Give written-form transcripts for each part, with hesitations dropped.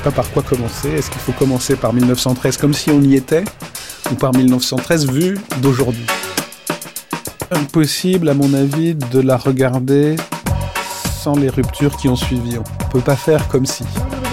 pas par quoi commencer. Est-ce qu'il faut commencer par 1913 comme si on y était, ou par 1913 vu d'aujourd'hui? Impossible, à mon avis, de la regarder sans les ruptures qui ont suivi. On ne peut pas faire comme si.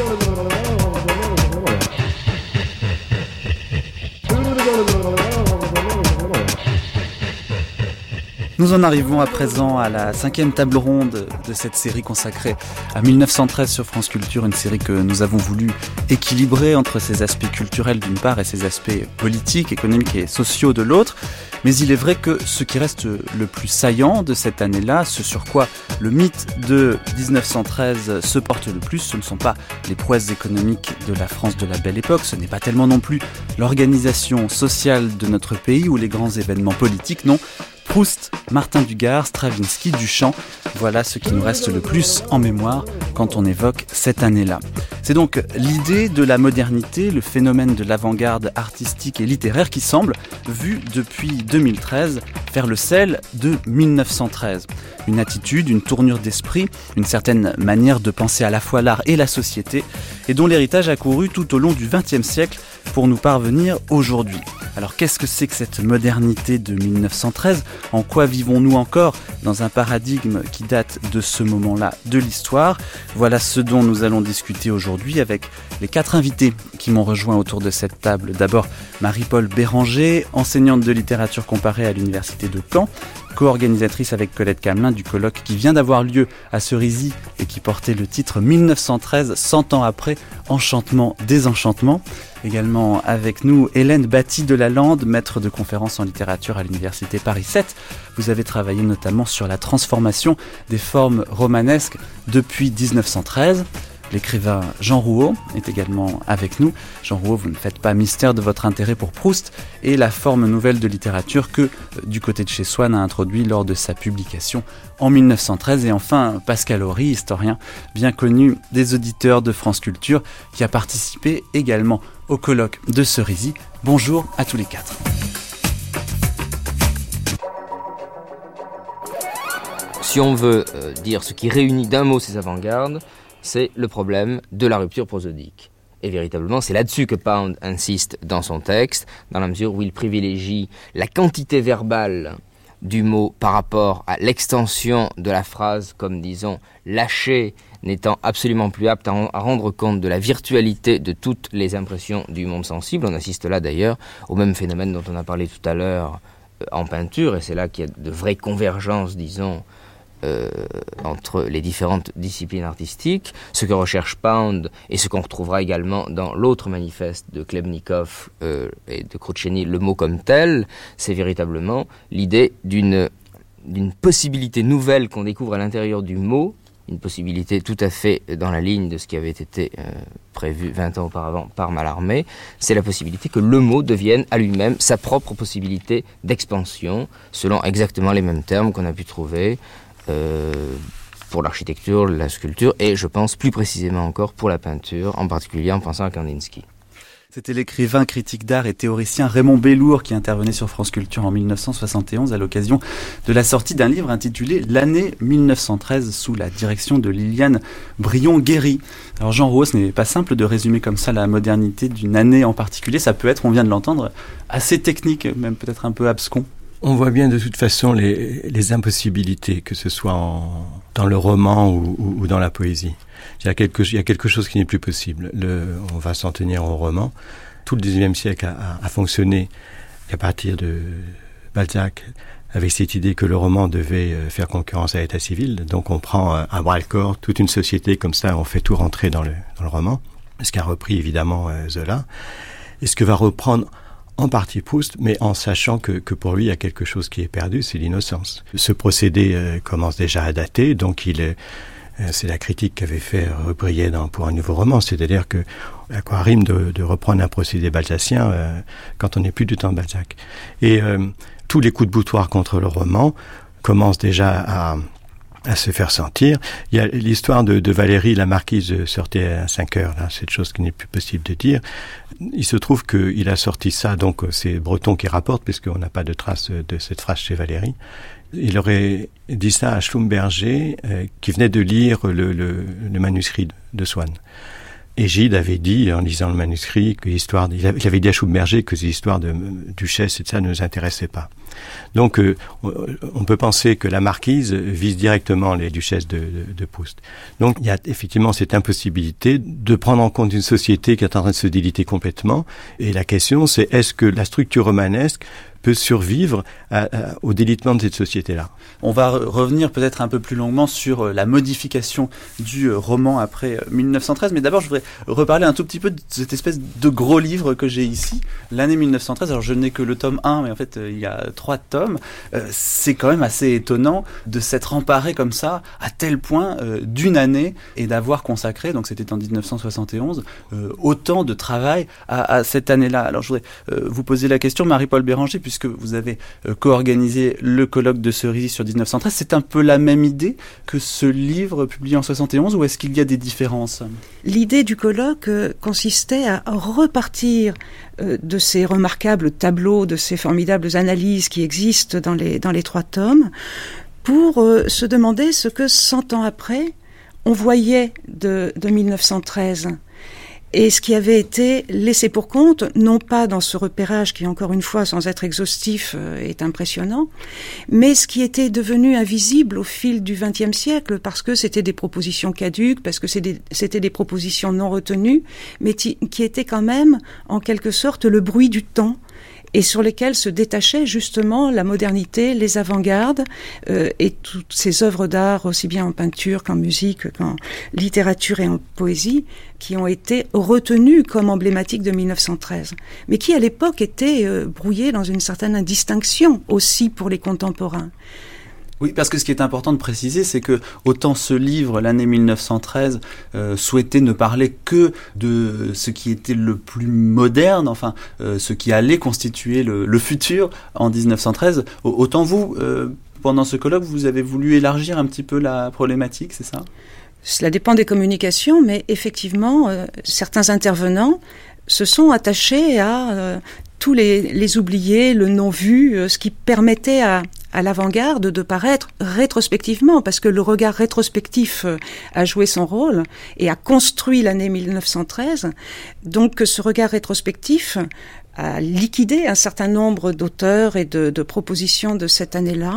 Nous en arrivons à présent à la 5e table ronde de cette série consacrée à 1913 sur France Culture, une série que nous avons voulu équilibrer entre ses aspects culturels d'une part et ses aspects politiques, économiques et sociaux de l'autre. Mais il est vrai que ce qui reste le plus saillant de cette année-là, ce sur quoi le mythe de 1913 se porte le plus, ce ne sont pas les prouesses économiques de la France de la Belle Époque, ce n'est pas tellement non plus l'organisation sociale de notre pays ou les grands événements politiques, non. Proust, Martin Dugard, Stravinsky, Duchamp, voilà ce qui nous reste le plus en mémoire quand on évoque cette année-là. C'est donc l'idée de la modernité, le phénomène de l'avant-garde artistique et littéraire qui semble, vu depuis 2013, faire le sel de 1913. Une attitude, une tournure d'esprit, une certaine manière de penser à la fois l'art et la société, et dont l'héritage a couru tout au long du XXe siècle pour nous parvenir aujourd'hui. Alors qu'est-ce que c'est que cette modernité de 1913 ? En quoi vivons-nous encore dans un paradigme qui date de ce moment-là de l'histoire ? Voilà ce dont nous allons discuter aujourd'hui avec les 4 invités qui m'ont rejoint autour de cette table. D'abord Marie-Paule Béranger, enseignante de littérature comparée à l'université de Caen, co-organisatrice avec Colette Camelin du colloque qui vient d'avoir lieu à Cerisy et qui portait le titre 1913, 100 ans après, enchantement, désenchantement. Également avec nous Hélène Batty de la Lande, maître de conférences en littérature à l'université Paris 7. Vous avez travaillé notamment sur la transformation des formes romanesques depuis 1913. L'écrivain Jean Rouault est également avec nous. Jean Rouault, vous ne faites pas mystère de votre intérêt pour Proust et la forme nouvelle de littérature que, du côté de chez Swann, a introduit lors de sa publication en 1913. Et enfin, Pascal Horry, historien bien connu des auditeurs de France Culture, qui a participé également au colloque de Cerisy. Bonjour à tous les 4. Si on veut dire ce qui réunit d'un mot ces avant-gardes, c'est le problème de la rupture prosodique. Et véritablement, c'est là-dessus que Pound insiste dans son texte, dans la mesure où il privilégie la quantité verbale du mot par rapport à l'extension de la phrase, comme disons, lâchée, n'étant absolument plus apte à rendre compte de la virtualité de toutes les impressions du monde sensible. On assiste là d'ailleurs au même phénomène dont on a parlé tout à l'heure en peinture, et c'est là qu'il y a de vraies convergences, disons, entre les différentes disciplines artistiques. Ce que recherche Pound et ce qu'on retrouvera également dans l'autre manifeste de Klebnikov et de Krutcheny, le mot comme tel, c'est véritablement l'idée d'une possibilité nouvelle qu'on découvre à l'intérieur du mot, une possibilité tout à fait dans la ligne de ce qui avait été prévu 20 ans auparavant par Mallarmé. C'est la possibilité que le mot devienne à lui-même sa propre possibilité d'expansion, selon exactement les mêmes termes qu'on a pu trouver pour l'architecture, la sculpture et je pense plus précisément encore pour la peinture, en particulier en pensant à Kandinsky. C'était l'écrivain, critique d'art et théoricien Raymond Bellour qui intervenait sur France Culture en 1971 à l'occasion de la sortie d'un livre intitulé « L'année 1913 » sous la direction de Liliane Brion-Guéry. Alors Jean Rouault, ce n'est pas simple de résumer comme ça la modernité d'une année en particulier. Ça peut être, on vient de l'entendre, assez technique, même peut-être un peu abscon. On voit bien de toute façon les impossibilités, que ce soit dans le roman ou dans la poésie. Il y a quelque chose qui n'est plus possible. On va s'en tenir au roman. Tout le XIXe siècle a fonctionné à partir de Balzac, avec cette idée que le roman devait faire concurrence à l'état civil. Donc on prend à bras-le-corps toute une société comme ça, on fait tout rentrer dans le roman. Ce qu'a repris évidemment Zola. Et ce que va reprendre en partie Proust, mais en sachant que pour lui, il y a quelque chose qui est perdu, c'est l'innocence. Ce procédé commence déjà à dater, donc c'est la critique qu'avait fait Rebrier pour un nouveau roman, c'est-à-dire que à quoi rime de reprendre un procédé balzacien quand on n'est plus du temps de Balzac. Et tous les coups de boutoir contre le roman commencent déjà à se faire sentir. Il y a l'histoire de Valérie, la marquise, sortait à 5 heures, là, cette chose qui n'est plus possible de dire. Il se trouve qu'il a sorti ça, donc c'est Breton qui rapporte, puisqu'on n'a pas de trace de cette phrase chez Valérie. Il aurait dit ça à Schlumberger, qui venait de lire le manuscrit de Swann. Et Gide avait dit, en lisant le manuscrit, il avait dit à Schubberger que ces histoires de duchesse et de ça ne nous intéressaient pas. Donc, on peut penser que la marquise vise directement les duchesses de Proust. Donc, il y a effectivement cette impossibilité de prendre en compte une société qui est en train de se déliter complètement. Et la question, c'est est-ce que la structure romanesque peut survivre au délitement de cette société-là. On va revenir peut-être un peu plus longuement sur la modification du roman après 1913, mais d'abord je voudrais reparler un tout petit peu de cette espèce de gros livre que j'ai ici, l'année 1913. Alors je n'ai que le tome 1, mais en fait il y a 3 tomes. C'est quand même assez étonnant de s'être emparé comme ça, à tel point d'une année, et d'avoir consacré, donc c'était en 1971, autant de travail à cette année-là. Alors je voudrais vous poser la question, Marie-Paul Béranger, puisque vous avez co-organisé le colloque de Cerisy sur 1913, c'est un peu la même idée que ce livre publié en 71, ou est-ce qu'il y a des différences ? L'idée du colloque consistait à repartir de ces remarquables tableaux, de ces formidables analyses qui existent dans les 3 tomes, pour se demander ce que 100 ans après, on voyait de 1913. Et ce qui avait été laissé pour compte, non pas dans ce repérage qui, encore une fois, sans être exhaustif, est impressionnant, mais ce qui était devenu invisible au fil du XXe siècle, parce que c'était des propositions caduques, parce que c'était des propositions non retenues, mais qui étaient quand même, en quelque sorte, le bruit du temps, et sur lesquels se détachait justement la modernité, les avant-gardes et toutes ces œuvres d'art, aussi bien en peinture qu'en musique, qu'en littérature et en poésie, qui ont été retenues comme emblématiques de 1913, mais qui à l'époque étaient brouillées dans une certaine indistinction aussi pour les contemporains. Oui, parce que ce qui est important de préciser, c'est que autant ce livre, l'année 1913, souhaitait ne parler que de ce qui était le plus moderne, enfin, ce qui allait constituer le futur en 1913, autant vous, pendant ce colloque, vous avez voulu élargir un petit peu la problématique, c'est ça ? Cela dépend des communications, mais effectivement, certains intervenants se sont attachés à tous les oubliés, le non-vu, ce qui permettait à l'avant-garde de paraître rétrospectivement, parce que le regard rétrospectif a joué son rôle et a construit l'année 1913. Donc ce regard rétrospectif a liquidé un certain nombre d'auteurs et de propositions de cette année-là,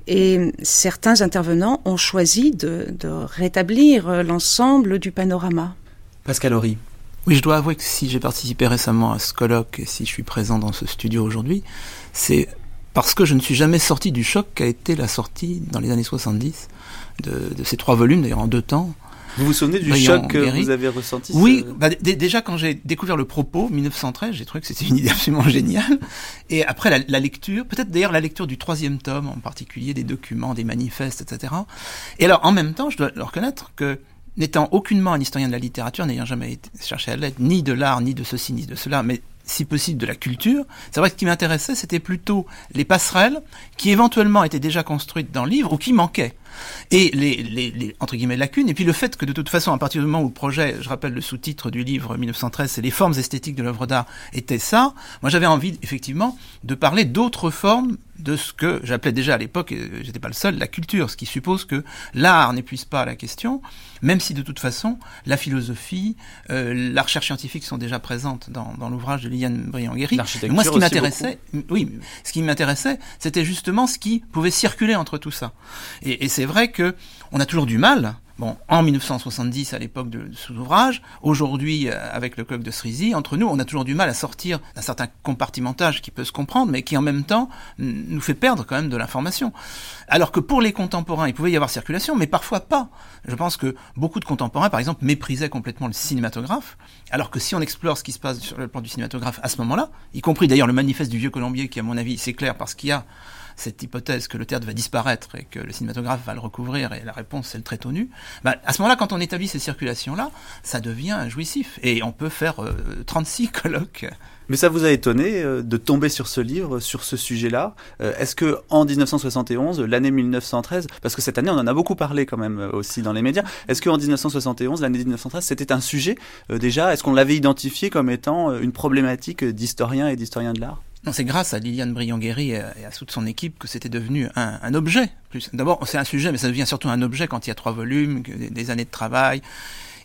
et certains intervenants ont choisi de rétablir l'ensemble du panorama. Pascal Horry. Oui, je dois avouer que si j'ai participé récemment à ce colloque et si je suis présent dans ce studio aujourd'hui, c'est parce que je ne suis jamais sorti du choc qu'a été la sortie dans les années 70 de ces 3 volumes, d'ailleurs en 2 temps. Vous vous souvenez du choc que vous avez ressenti ? Oui, déjà quand j'ai découvert le propos, 1913, j'ai trouvé que c'était une idée absolument géniale. Et après la lecture, peut-être d'ailleurs la lecture du 3e tome, en particulier des documents, des manifestes, etc. Et alors en même temps, je dois le reconnaître que, n'étant aucunement un historien de la littérature, n'ayant jamais cherché à l'être, ni de l'art, ni de ceci, ni de cela, mais si possible de la culture, c'est vrai que ce qui m'intéressait, c'était plutôt les passerelles qui éventuellement étaient déjà construites dans le livre ou qui manquaient. Et les entre guillemets lacunes, et puis le fait que de toute façon, à partir du moment où le projet, je rappelle le sous-titre du livre 1913, c'est les formes esthétiques de l'œuvre d'art, était ça, moi j'avais envie effectivement de parler d'autres formes de ce que j'appelais déjà à l'époque, et j'étais pas le seul, la culture, ce qui suppose que l'art n'épuise pas la question, même si de toute façon la philosophie, la recherche scientifique sont déjà présentes dans l'ouvrage de Liliane Briand-Guéry. Moi ce qui m'intéressait, ce qui m'intéressait, c'était justement ce qui pouvait circuler entre tout ça. Et c'est vrai que on a toujours du mal. Bon, en 1970, à l'époque de ce ouvrage, aujourd'hui, avec le colloque de Cerisy, entre nous, on a toujours du mal à sortir d'un certain compartimentage qui peut se comprendre, mais qui en même temps nous fait perdre quand même de l'information. Alors que pour les contemporains, il pouvait y avoir circulation, mais parfois pas. Je pense que beaucoup de contemporains, par exemple, méprisaient complètement le cinématographe, alors que si on explore ce qui se passe sur le plan du cinématographe à ce moment-là, y compris d'ailleurs le manifeste du Vieux Colombier, qui à mon avis, c'est clair, parce qu'il y a cette hypothèse que le théâtre va disparaître et que le cinématographe va le recouvrir, et la réponse c'est le trait au nu, à ce moment-là, quand on établit ces circulations-là, ça devient jouissif. Et on peut faire 36 colloques. Mais ça vous a étonné de tomber sur ce livre, sur ce sujet-là ? Est-ce que en 1971, l'année 1913, parce que cette année on en a beaucoup parlé quand même aussi dans les médias, est-ce qu'en 1971, l'année 1913, c'était un sujet déjà ? Est-ce qu'on l'avait identifié comme étant une problématique d'historiens et d'historiens de l'art ? Non, c'est grâce à Liliane Briand-Guéry et à toute son équipe que c'était devenu un objet. D'abord, c'est un sujet, mais ça devient surtout un objet quand il y a 3 volumes, des années de travail.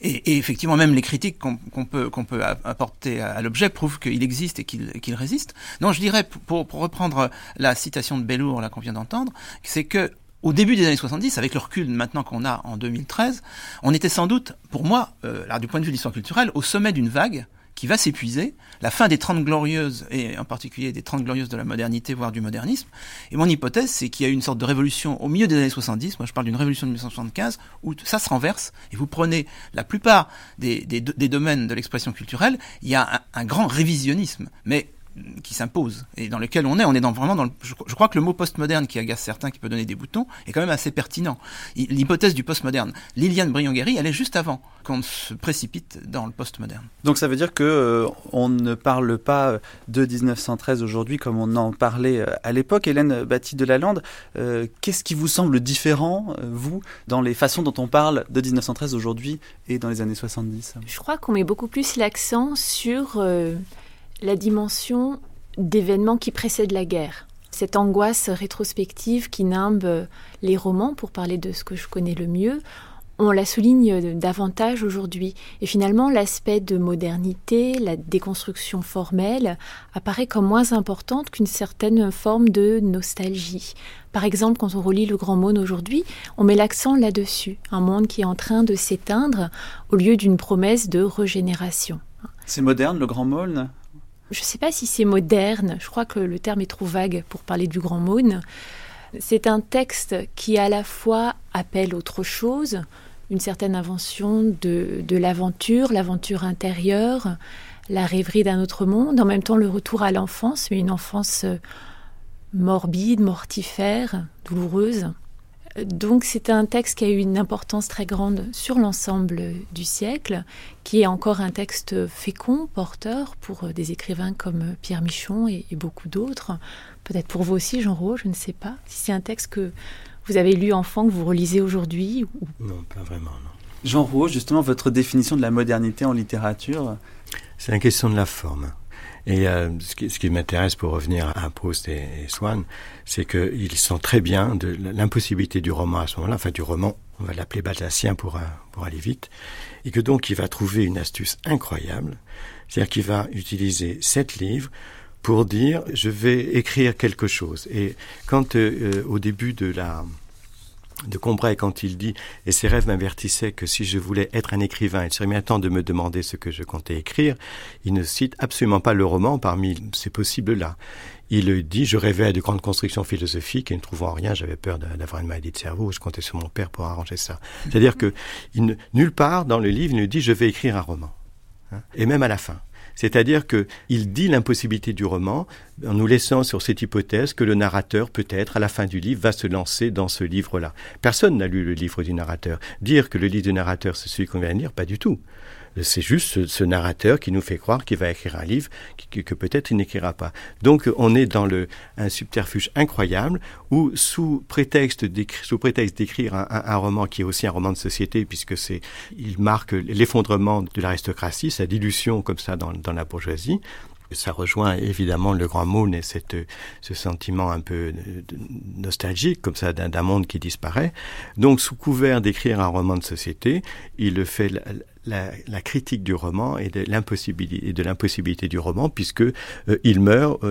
Et effectivement, même les critiques qu'on peut apporter à l'objet prouvent qu'il existe et qu'il résiste. Non, je dirais, pour reprendre la citation de Bellour, là, qu'on vient d'entendre, c'est que au début des années 70, avec le recul maintenant qu'on a en 2013, on était sans doute, pour moi, du point de vue de l'histoire culturelle, au sommet d'une vague qui va s'épuiser, la fin des 30 glorieuses, et en particulier des 30 glorieuses de la modernité, voire du modernisme. Et mon hypothèse, c'est qu'il y a eu une sorte de révolution au milieu des années 70, moi je parle d'une révolution de 1975, où ça se renverse, et vous prenez la plupart des domaines de l'expression culturelle, il y a un grand révisionnisme, mais qui s'impose, et dans lequel on est vraiment dans je crois que le mot postmoderne qui agace certains, qui peut donner des boutons, est quand même assez pertinent. L'hypothèse du postmoderne, Liliane Brion-Guéry, elle est juste avant qu'on se précipite dans le postmoderne. Donc ça veut dire que on ne parle pas de 1913 aujourd'hui comme on en parlait à l'époque. Hélène Batty de Lalande, qu'est-ce qui vous semble différent, vous, dans les façons dont on parle de 1913 aujourd'hui et dans les années 70 ? Je crois qu'on met beaucoup plus l'accent sur la dimension d'événements qui précèdent la guerre. Cette angoisse rétrospective qui nimbe les romans, pour parler de ce que je connais le mieux, on la souligne davantage aujourd'hui. Et finalement, l'aspect de modernité, la déconstruction formelle, apparaît comme moins importante qu'une certaine forme de nostalgie. Par exemple, quand on relit Le Grand Maune aujourd'hui, on met l'accent là-dessus. Un monde qui est en train de s'éteindre au lieu d'une promesse de régénération. C'est moderne, Le Grand Maune ? Je ne sais pas si c'est moderne, je crois que le terme est trop vague pour parler du Grand Maune. C'est un texte qui à la fois appelle autre chose, une certaine invention de l'aventure intérieure, la rêverie d'un autre monde, en même temps le retour à l'enfance, mais une enfance morbide, mortifère, douloureuse. Donc c'est un texte qui a eu une importance très grande sur l'ensemble du siècle, qui est encore un texte fécond, porteur pour des écrivains comme Pierre Michon et beaucoup d'autres. Peut-être pour vous aussi, Jean Rouault, je ne sais pas. Si c'est un texte que vous avez lu enfant, que vous relisez aujourd'hui ou... Non, pas vraiment, non. Jean Rouault, justement, votre définition de la modernité en littérature ? C'est la question de la forme. Et ce qui m'intéresse, pour revenir à Proust et Swann, c'est qu'ils sentent très bien de l'impossibilité du roman à ce moment-là, enfin du roman, on va l'appeler balzacien pour aller vite, et que donc il va trouver une astuce incroyable, c'est-à-dire qu'il va utiliser 7 livres pour dire « je vais écrire quelque chose ». Et quand au début de Combray, quand il dit « et ces rêves m'avertissaient que si je voulais être un écrivain, il serait bien temps de me demander ce que je comptais écrire », il ne cite absolument pas le roman parmi ces possibles-là. Il dit « je rêvais de grandes constructions philosophiques et ne trouvant rien, j'avais peur d'avoir une maladie de cerveau, je comptais sur mon père pour arranger ça ». C'est-à-dire que nulle part dans le livre, il ne dit « je vais écrire un roman ». Et même à la fin. C'est-à-dire qu'il dit l'impossibilité du roman en nous laissant sur cette hypothèse que le narrateur, peut-être, à la fin du livre, va se lancer dans ce livre-là. Personne n'a lu le livre du narrateur. Dire que le livre du narrateur, c'est celui qu'on vient de lire, pas du tout. C'est juste ce narrateur qui nous fait croire qu'il va écrire un livre que peut-être il n'écrira pas. Donc on est dans un subterfuge incroyable où sous prétexte d'écrire un roman qui est aussi un roman de société, puisque il marque l'effondrement de l'aristocratie, sa dilution comme ça dans la bourgeoisie. Ça rejoint évidemment Le Grand Maune et ce sentiment un peu nostalgique comme ça d'un monde qui disparaît. Donc sous couvert d'écrire un roman de société, il fait la critique du roman et de l'impossibilité du roman, puisque il meurt,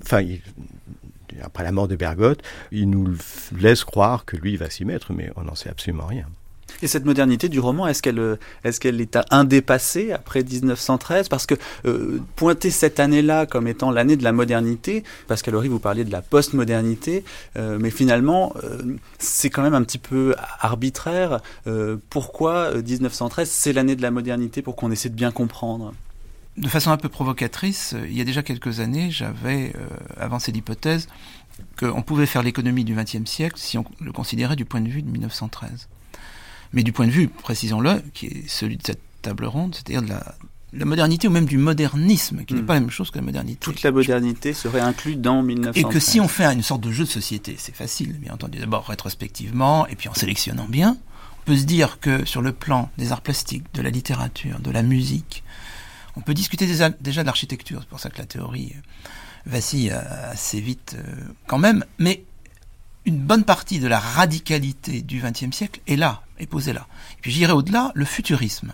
après la mort de Bergotte, il nous laisse croire que lui va s'y mettre, mais on n'en sait absolument rien. Et cette modernité du roman, est-ce qu'elle est indépassée après 1913 ? Parce que pointer cette année-là comme étant l'année de la modernité, Pascal Horry, vous parliez de la postmodernité, mais finalement, c'est quand même un petit peu arbitraire. Pourquoi 1913, c'est l'année de la modernité, pour qu'on essaie de bien comprendre ? De façon un peu provocatrice, il y a déjà quelques années, j'avais avancé l'hypothèse qu'on pouvait faire l'économie du XXe siècle si on le considérait du point de vue de 1913. Mais du point de vue, précisons-le, qui est celui de cette table ronde, c'est-à-dire de la modernité ou même du modernisme, qui n'est pas la même chose que la modernité. Toute la modernité serait inclue dans 1913. Et que si on fait une sorte de jeu de société, c'est facile, bien entendu, d'abord rétrospectivement, et puis en sélectionnant bien, on peut se dire que sur le plan des arts plastiques, de la littérature, de la musique, on peut discuter déjà de l'architecture, c'est pour ça que la théorie vacille assez vite quand même, mais une bonne partie de la radicalité du XXe siècle est là, est posée là. Et puis j'irai au-delà, le futurisme.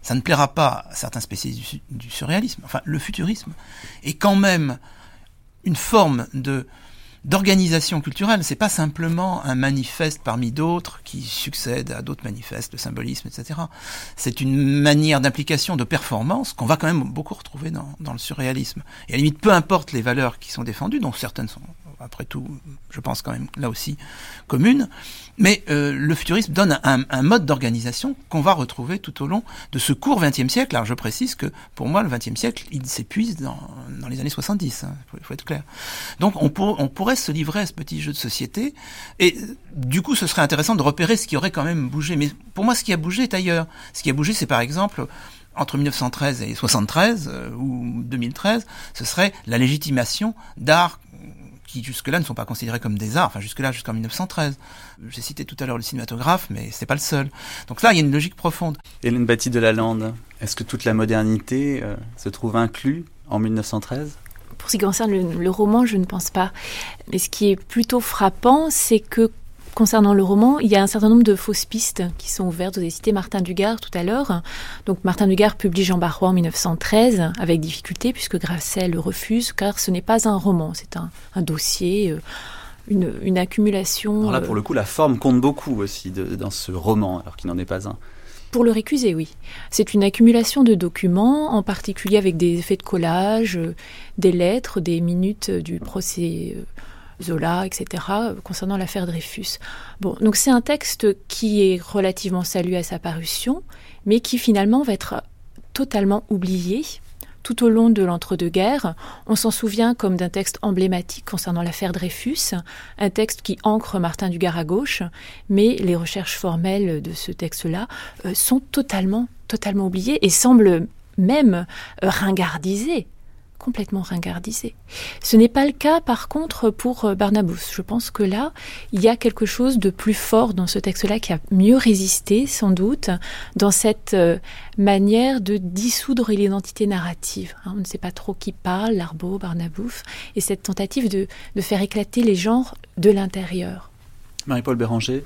ça ne plaira pas à certains spécialistes du surréalisme. Enfin, le futurisme est quand même une forme d'organisation culturelle. C'est pas simplement un manifeste parmi d'autres qui succède à d'autres manifestes, le symbolisme, etc. C'est une manière d'implication, de performance qu'on va quand même beaucoup retrouver dans le surréalisme. Et à la limite, peu importe les valeurs qui sont défendues, dont certaines sont, après tout, je pense quand même là aussi communes, mais le futurisme donne un mode d'organisation qu'on va retrouver tout au long de ce court XXe siècle. Alors je précise que pour moi, le XXe siècle, il s'épuise dans les années 70, hein, faut être clair. Donc on pourrait se livrer à ce petit jeu de société, et du coup ce serait intéressant de repérer ce qui aurait quand même bougé. Mais pour moi, ce qui a bougé est ailleurs. Ce qui a bougé, c'est par exemple entre 1913 et 73 ou 2013, ce serait la légitimation d'arts qui jusque-là ne sont pas considérés comme des arts, enfin jusque-là, jusqu'en 1913. J'ai cité tout à l'heure le cinématographe, mais c'est pas le seul. Donc là, il y a une logique profonde. Hélène Batty de Lalande, est-ce que toute la modernité se trouve inclue en 1913 ? Pour ce qui concerne le roman, je ne pense pas. Mais ce qui est plutôt frappant, c'est que concernant le roman, il y a un certain nombre de fausses pistes qui sont ouvertes. Vous avez cité Martin Dugard tout à l'heure. Donc Martin Dugard publie Jean Barrois en 1913, avec difficulté, puisque Grasset le refuse, car ce n'est pas un roman, c'est un dossier, une accumulation. Alors là, pour le coup, la forme compte beaucoup aussi dans ce roman, alors qu'il n'en est pas un. Pour le récusé, oui. C'est une accumulation de documents, en particulier avec des effets de collage, des lettres, des minutes du procès Zola, etc., concernant l'affaire Dreyfus. Bon, donc c'est un texte qui est relativement salué à sa parution, mais qui finalement va être totalement oublié tout au long de l'entre-deux-guerres. On s'en souvient comme d'un texte emblématique concernant l'affaire Dreyfus, un texte qui ancre Martin Dugard à gauche, mais les recherches formelles de ce texte-là sont totalement oubliées et semblent même ringardisées. Complètement ringardisé. Ce n'est pas le cas, par contre, pour Barnabous. Je pense que là, il y a quelque chose de plus fort dans ce texte-là qui a mieux résisté, sans doute, dans cette manière de dissoudre l'identité narrative. On ne sait pas trop qui parle, Larbaud, Barnabous, et cette tentative de faire éclater les genres de l'intérieur. Marie-Paul Béranger.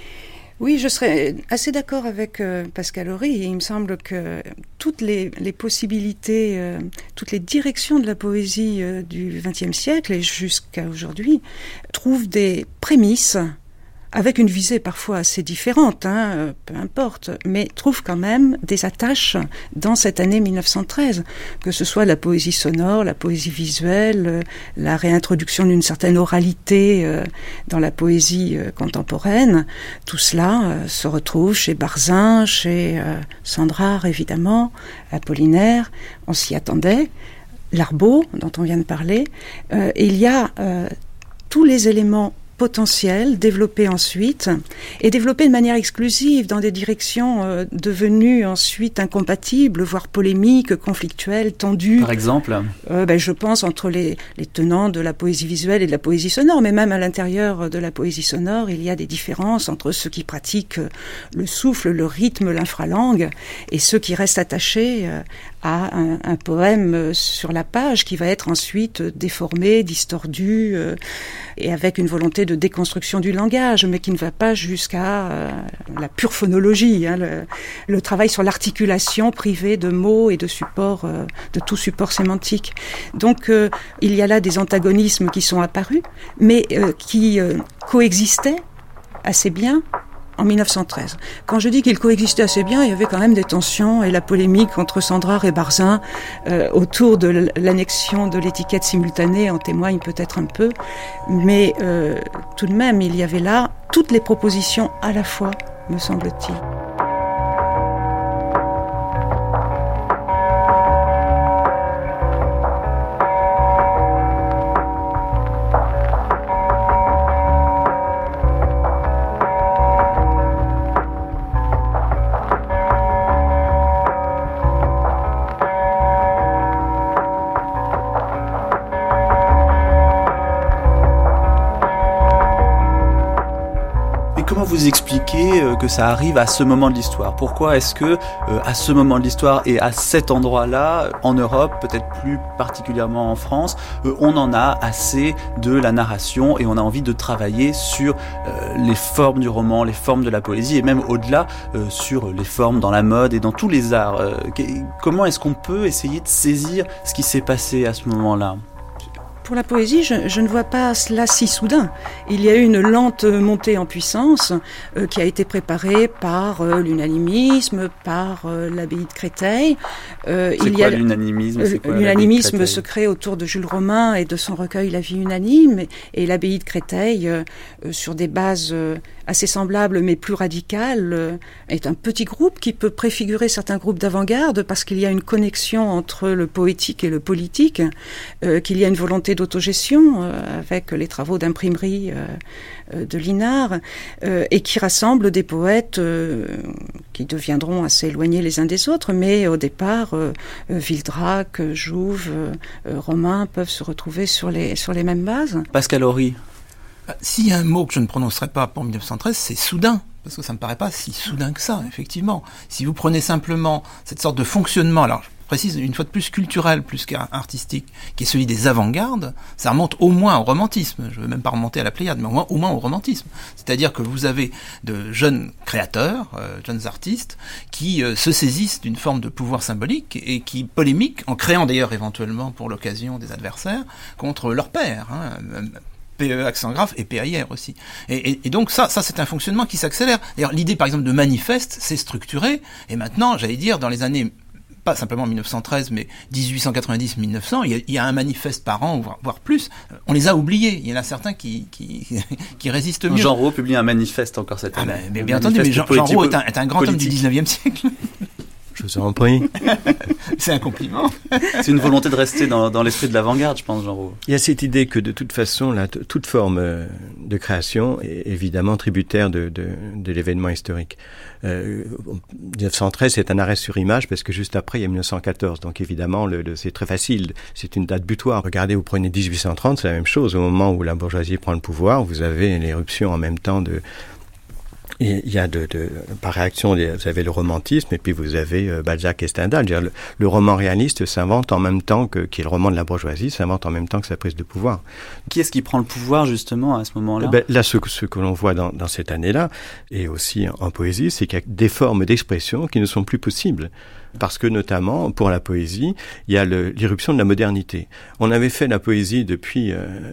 Oui, je serais assez d'accord avec Pascal Horry. Il me semble que toutes les possibilités, toutes les directions de la poésie du XXe siècle et jusqu'à aujourd'hui trouvent des prémices avec une visée parfois assez différente, peu importe, mais trouve quand même des attaches dans cette année 1913, que ce soit la poésie sonore, la poésie visuelle, la réintroduction d'une certaine oralité dans la poésie contemporaine. Tout cela se retrouve chez Barzin, chez Sandrard évidemment, Apollinaire, on s'y attendait, Larbaud dont on vient de parler, et il y a tous les éléments potentiel, développé ensuite, et développé de manière exclusive dans des directions devenues ensuite incompatibles, voire polémiques, conflictuelles, tendues. Par exemple je pense entre les tenants de la poésie visuelle et de la poésie sonore, mais même à l'intérieur de la poésie sonore, il y a des différences entre ceux qui pratiquent le souffle, le rythme, l'infralangue, et ceux qui restent attachés à un poème sur la page qui va être ensuite déformé, distordu, et avec une volonté de déconstruction du langage, mais qui ne va pas jusqu'à la pure phonologie, le travail sur l'articulation privée de mots et de supports, de tout support sémantique. Donc il y a là des antagonismes qui sont apparus, mais qui coexistaient assez bien en 1913. Quand je dis qu'ils coexistaient assez bien, il y avait quand même des tensions et la polémique entre Sandrard et Barzin autour de l'annexion de l'étiquette simultanée en témoigne peut-être un peu, mais tout de même, il y avait là toutes les propositions à la fois, me semble-t-il. vous expliquez que ça arrive à ce moment de l'histoire? Pourquoi est-ce que à ce moment de l'histoire et à cet endroit-là, en Europe, peut-être plus particulièrement en France, on en a assez de la narration et on a envie de travailler sur les formes du roman, les formes de la poésie et même au-delà sur les formes dans la mode et dans tous les arts. Comment est-ce qu'on peut essayer de saisir ce qui s'est passé à ce moment-là? Pour la poésie, je ne vois pas cela si soudain. Il y a eu une lente montée en puissance qui a été préparée par l'unanimisme, par l'abbaye de Créteil. L'unanimisme? L'unanimisme se crée autour de Jules Romain et de son recueil La vie unanime, et l'abbaye de Créteil, sur des bases assez semblables mais plus radicales, est un petit groupe qui peut préfigurer certains groupes d'avant-garde parce qu'il y a une connexion entre le poétique et le politique, qu'il y a une volonté d'autogestion avec les travaux d'imprimerie de Linard, et qui rassemble des poètes qui deviendront assez éloignés les uns des autres, mais au départ, Vildrac, Jouve, Romain peuvent se retrouver sur les mêmes bases. Pascal Horry. S'il y a un mot que je ne prononcerai pas pour 1913, c'est soudain. Parce que ça me paraît pas si soudain que ça, effectivement. Si vous prenez simplement cette sorte de fonctionnement, alors je précise une fois de plus culturel plus qu'artistique, qui est celui des avant-gardes, ça remonte au moins au romantisme. Je ne veux même pas remonter à la Pléiade, mais au moins au romantisme. C'est-à-dire que vous avez de jeunes créateurs, jeunes artistes, qui se saisissent d'une forme de pouvoir symbolique et qui polémiquent, en créant d'ailleurs éventuellement pour l'occasion des adversaires, contre leur père, PE accent grave et PAIR aussi. Et donc ça c'est un fonctionnement qui s'accélère. D'ailleurs, l'idée par exemple de manifeste s'est structurée, et maintenant, j'allais dire, dans les années, pas simplement 1913, mais 1890-1900, il y a un manifeste par an, voire plus. On les a oubliés. Il y en a certains qui résistent mieux. Jean Rau publie un manifeste encore cette année. Mais bien entendu, mais Jean Rau est un grand homme du 19e siècle. Je vous en prie. C'est un compliment. C'est une volonté de rester dans l'esprit de l'avant-garde, je pense, Jean Rau. Il y a cette idée que de toute façon, là, toute forme de création est évidemment tributaire de l'événement historique. 1913, c'est un arrêt sur image parce que juste après, il y a 1914. Donc évidemment, c'est très facile. C'est une date butoir. Regardez, vous prenez 1830, c'est la même chose. Au moment où la bourgeoisie prend le pouvoir, vous avez l'éruption en même temps de... Il y a par réaction, vous avez le romantisme et puis vous avez Balzac et Stendhal. Le roman réaliste s'invente en même temps qui est le roman de la bourgeoisie, s'invente en même temps que sa prise de pouvoir. Qui est-ce qui prend le pouvoir justement à ce moment-là? Là, ce que l'on voit dans cette année-là, et aussi en poésie, c'est qu'il y a des formes d'expression qui ne sont plus possibles. Parce que notamment, pour la poésie, il y a l'irruption de la modernité. On avait fait la poésie depuis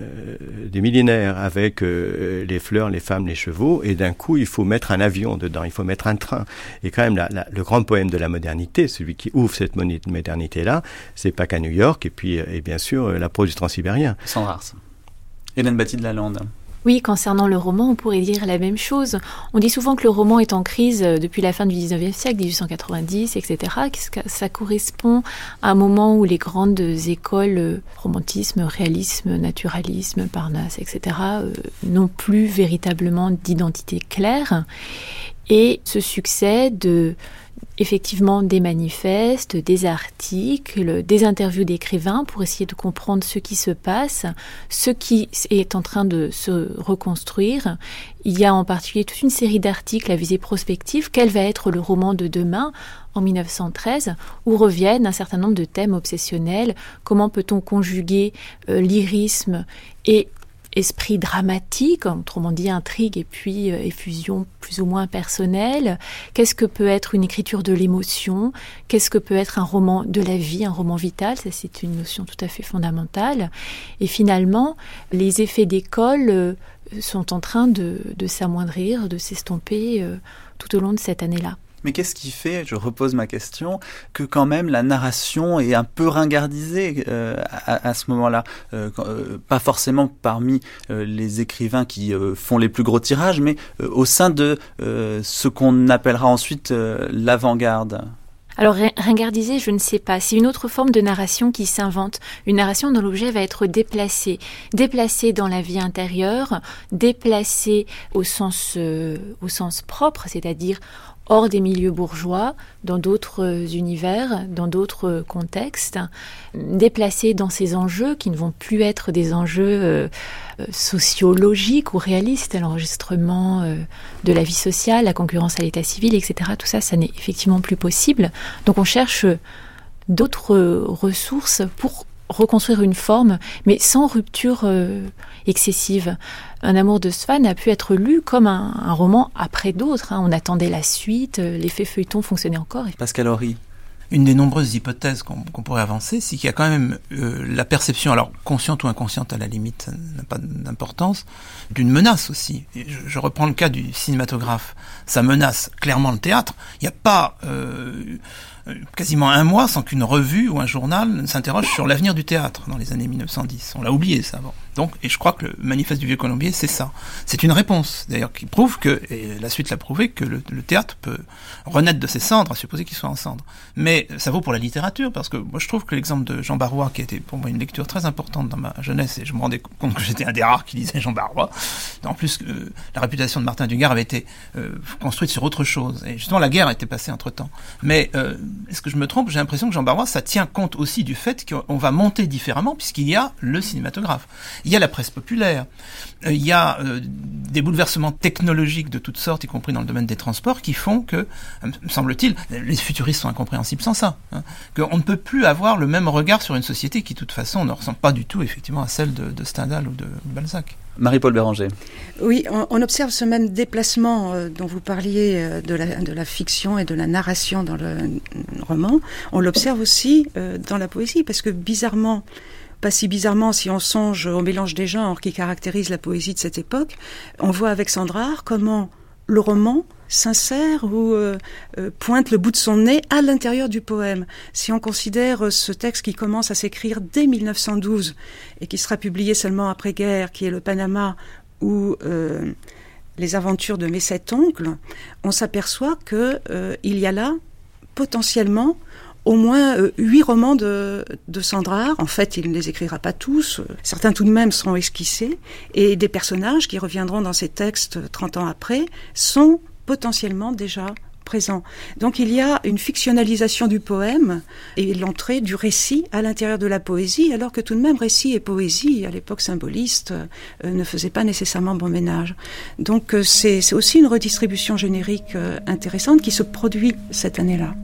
des millénaires avec les fleurs, les femmes, les chevaux, et d'un coup, il faut mettre un avion dedans, il faut mettre un train. Et quand même, le grand poème de la modernité, celui qui ouvre cette modernité-là, c'est pas qu'à New York, et bien sûr, la prose du Transsibérien. Sandrars. Hélène Batty-de-Lalande. Oui, concernant le roman, on pourrait dire la même chose. On dit souvent que le roman est en crise depuis la fin du 19e siècle, 1890, etc. Ça correspond à un moment où les grandes écoles, romantisme, réalisme, naturalisme, Parnasse, etc., n'ont plus véritablement d'identité claire. Et ce succès effectivement des manifestes, des articles, des interviews d'écrivains pour essayer de comprendre ce qui se passe, ce qui est en train de se reconstruire. Il y a en particulier toute une série d'articles à visée prospective. Quel va être le roman de demain en 1913, où reviennent un certain nombre de thèmes obsessionnels. Comment peut-on conjuguer lyrisme et esprit dramatique, autrement dit intrigue et puis effusion plus ou moins personnelle. Qu'est-ce que peut être une écriture de l'émotion? Qu'est-ce que peut être un roman de la vie, un roman vital? Ça, c'est une notion tout à fait fondamentale. Et finalement, les effets d'école sont en train de s'amoindrir, de s'estomper tout au long de cette année-là. Mais qu'est-ce qui fait, je repose ma question, que quand même la narration est un peu ringardisée à ce moment-là, pas forcément parmi les écrivains qui font les plus gros tirages, mais au sein de ce qu'on appellera ensuite l'avant-garde? Alors, ringardiser, je ne sais pas. C'est une autre forme de narration qui s'invente. Une narration dont l'objet va être déplacé. Déplacé dans la vie intérieure, déplacé au sens propre, c'est-à-dire hors des milieux bourgeois, dans d'autres univers, dans d'autres contextes, déplacé dans ces enjeux qui ne vont plus être des enjeux sociologiques ou réalistes, l'enregistrement de la vie sociale, la concurrence à l'état civil, etc. Tout ça, ça n'est effectivement plus possible. Donc on cherche d'autres ressources pour reconstruire une forme, mais sans rupture excessive. Un amour de Swann a pu être lu comme un roman après d'autres. On attendait la suite, l'effet feuilleton fonctionnait encore. Pascal Horry. Une des nombreuses hypothèses qu'on pourrait avancer, c'est qu'il y a quand même la perception, alors consciente ou inconsciente à la limite, ça n'a pas d'importance, d'une menace aussi. Et je reprends le cas du cinématographe. Ça menace clairement le théâtre. Il n'y a pas quasiment un mois sans qu'une revue ou un journal ne s'interroge sur l'avenir du théâtre dans les années 1910. On l'a oublié ça avant. Donc, et je crois que le manifeste du Vieux Colombier, c'est ça. C'est une réponse, d'ailleurs, qui prouve que, et la suite l'a prouvé, que le théâtre peut renaître de ses cendres, à supposer qu'il soit en cendres. Mais ça vaut pour la littérature, parce que moi je trouve que l'exemple de Jean Barrois, qui a été pour moi une lecture très importante dans ma jeunesse, et je me rendais compte que j'étais un des rares qui lisait Jean Barrois. En plus, la réputation de Martin Dugard avait été construite sur autre chose. Et justement, la guerre était passée entre-temps. Mais est-ce que je me trompe? J'ai l'impression que Jean Barrois, ça tient compte aussi du fait qu'on va monter différemment, puisqu'il y a le cinématographe. Il y a la presse populaire, il y a des bouleversements technologiques de toutes sortes, y compris dans le domaine des transports, qui font que, me semble-t-il, les futuristes sont incompréhensibles sans ça, qu'on ne peut plus avoir le même regard sur une société qui, de toute façon, ne ressemble pas du tout, effectivement, à celle de Stendhal ou de Balzac. Marie-Paul Béranger. Oui, on observe ce même déplacement dont vous parliez de la fiction et de la narration dans le roman. On l'observe aussi dans la poésie, parce que bizarrement, pas si bizarrement si on songe au mélange des genres qui caractérise la poésie de cette époque, on voit avec Sandrard comment le roman s'insère ou pointe le bout de son nez à l'intérieur du poème. Si on considère ce texte qui commence à s'écrire dès 1912 et qui sera publié seulement après-guerre, qui est le Panama ou les aventures de mes 7 oncles, on s'aperçoit que il y a là potentiellement au moins 8 romans de Sandrard. En fait, il ne les écrira pas tous. Certains tout de même seront esquissés. Et des personnages qui reviendront dans ces textes 30 ans après sont potentiellement déjà présents. Donc il y a une fictionnalisation du poème et l'entrée du récit à l'intérieur de la poésie, alors que tout de même récit et poésie, à l'époque symboliste, ne faisaient pas nécessairement bon ménage. Donc c'est aussi une redistribution générique intéressante qui se produit cette année-là.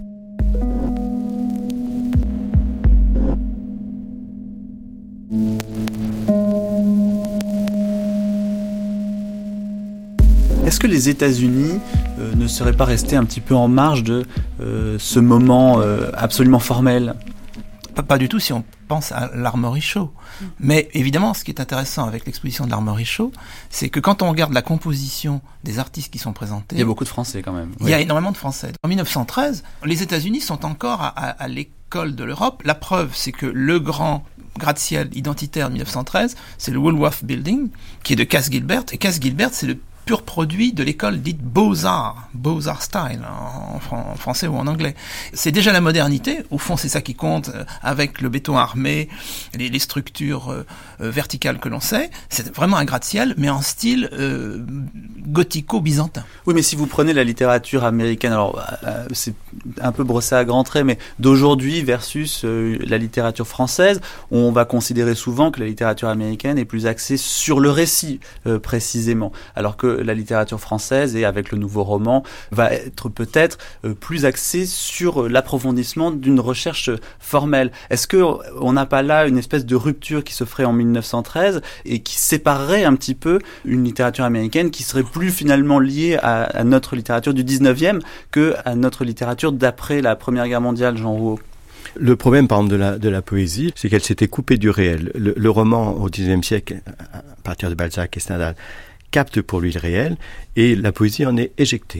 Est-ce que les États-Unis ne seraient pas restés un petit peu en marge de ce moment absolument formel ? Pas du tout si on pense à l'Armory Show. Mais évidemment, ce qui est intéressant avec l'exposition de l'Armory Show, c'est que quand on regarde la composition des artistes qui sont présentés... Il y a beaucoup de Français quand même. Il y a énormément de Français. En 1913, les États-Unis sont encore à l'école de l'Europe. La preuve, c'est que le grand gratte-ciel identitaire de 1913, c'est le Woolworth Building, qui est de Cass Gilbert. Et Cass Gilbert, c'est le pur produit de l'école dite Beaux-Arts style, en français ou en anglais. C'est déjà la modernité, au fond c'est ça qui compte, avec le béton armé, les structures verticales que l'on sait, c'est vraiment un gratte-ciel, mais en style gothico-byzantin. Oui, mais si vous prenez la littérature américaine, alors c'est un peu brossé à grands traits, mais d'aujourd'hui versus la littérature française, on va considérer souvent que la littérature américaine est plus axée sur le récit, précisément, alors que la littérature française, et avec le nouveau roman, va être peut-être plus axée sur l'approfondissement d'une recherche formelle. Est-ce qu'on n'a pas là une espèce de rupture qui se ferait en 1913 et qui séparerait un petit peu une littérature américaine qui serait plus finalement liée à notre littérature du 19e que à notre littérature d'après la Première Guerre mondiale, Jean Rouault? Le problème, par exemple, de la poésie, c'est qu'elle s'était coupée du réel. Le roman, au XIXe siècle, à partir de Balzac et Stendhal, capte pour lui le réel, et la poésie en est éjectée.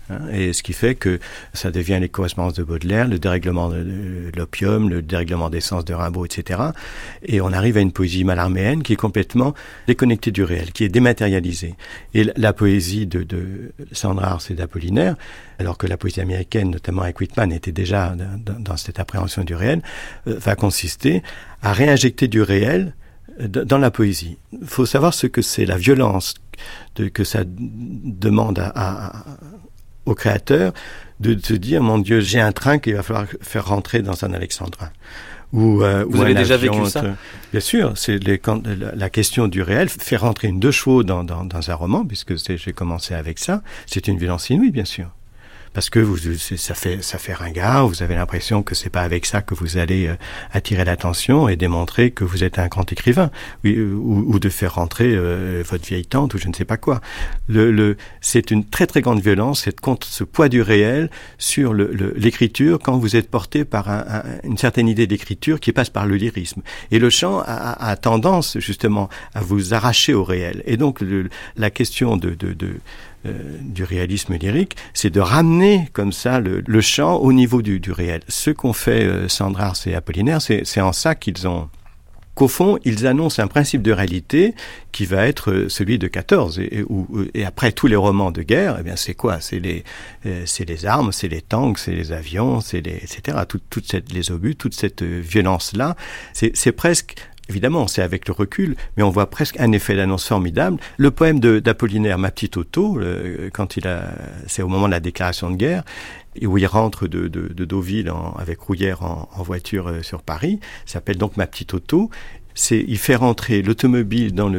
Et ce qui fait que ça devient les correspondances de Baudelaire, le dérèglement de l'opium, le dérèglement des sens de Rimbaud, etc. Et on arrive à une poésie mallarméenne qui est complètement déconnectée du réel, qui est dématérialisée. Et la poésie de Sandrars et d'Apollinaire, alors que la poésie américaine, notamment avec Whitman, était déjà dans cette appréhension du réel, va consister à réinjecter du réel dans la poésie. Il faut savoir ce que c'est la violence que ça demande au créateur de se dire, mon Dieu, j'ai un train qu'il va falloir faire rentrer dans un alexandrin. Vous avez déjà vécu ça ? Bien sûr, c'est la question du réel. Faire rentrer une 2 chevaux dans un roman, puisque j'ai commencé avec ça, c'est une violence inouïe, bien sûr. Parce que ça fait ringard, vous avez l'impression que c'est pas avec ça que vous allez attirer l'attention et démontrer que vous êtes un grand écrivain, ou de faire rentrer votre vieille tante ou je ne sais pas quoi. C'est une très très grande violence, c'est contre ce poids du réel sur l'écriture quand vous êtes porté par une certaine idée d'écriture qui passe par le lyrisme. Et le chant a tendance justement à vous arracher au réel. Et donc la question du réalisme lyrique, c'est de ramener comme ça le chant au niveau du réel. Ce qu'ont fait Sandrars et Apollinaire, c'est en ça qu'au fond, ils annoncent un principe de réalité qui va être celui de 14. Et après tous les romans de guerre, eh bien c'est quoi ? C'est les armes, c'est les tanks, c'est les avions, etc. Les obus, toute cette violence-là, c'est presque... Évidemment, c'est avec le recul, mais on voit presque un effet d'annonce formidable. Le poème d'Apollinaire, Ma petite auto, c'est au moment de la déclaration de guerre, où il rentre de Deauville avec Rouillère en voiture sur Paris, s'appelle donc Ma petite auto. Il fait rentrer l'automobile dans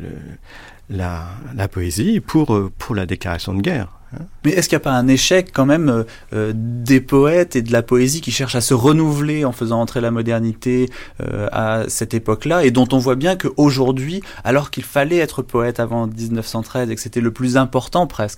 la poésie pour la déclaration de guerre. Mais est-ce qu'il n'y a pas un échec quand même des poètes et de la poésie qui cherchent à se renouveler en faisant entrer la modernité à cette époque-là, et dont on voit bien qu'aujourd'hui, alors qu'il fallait être poète avant 1913 et que c'était le plus important presque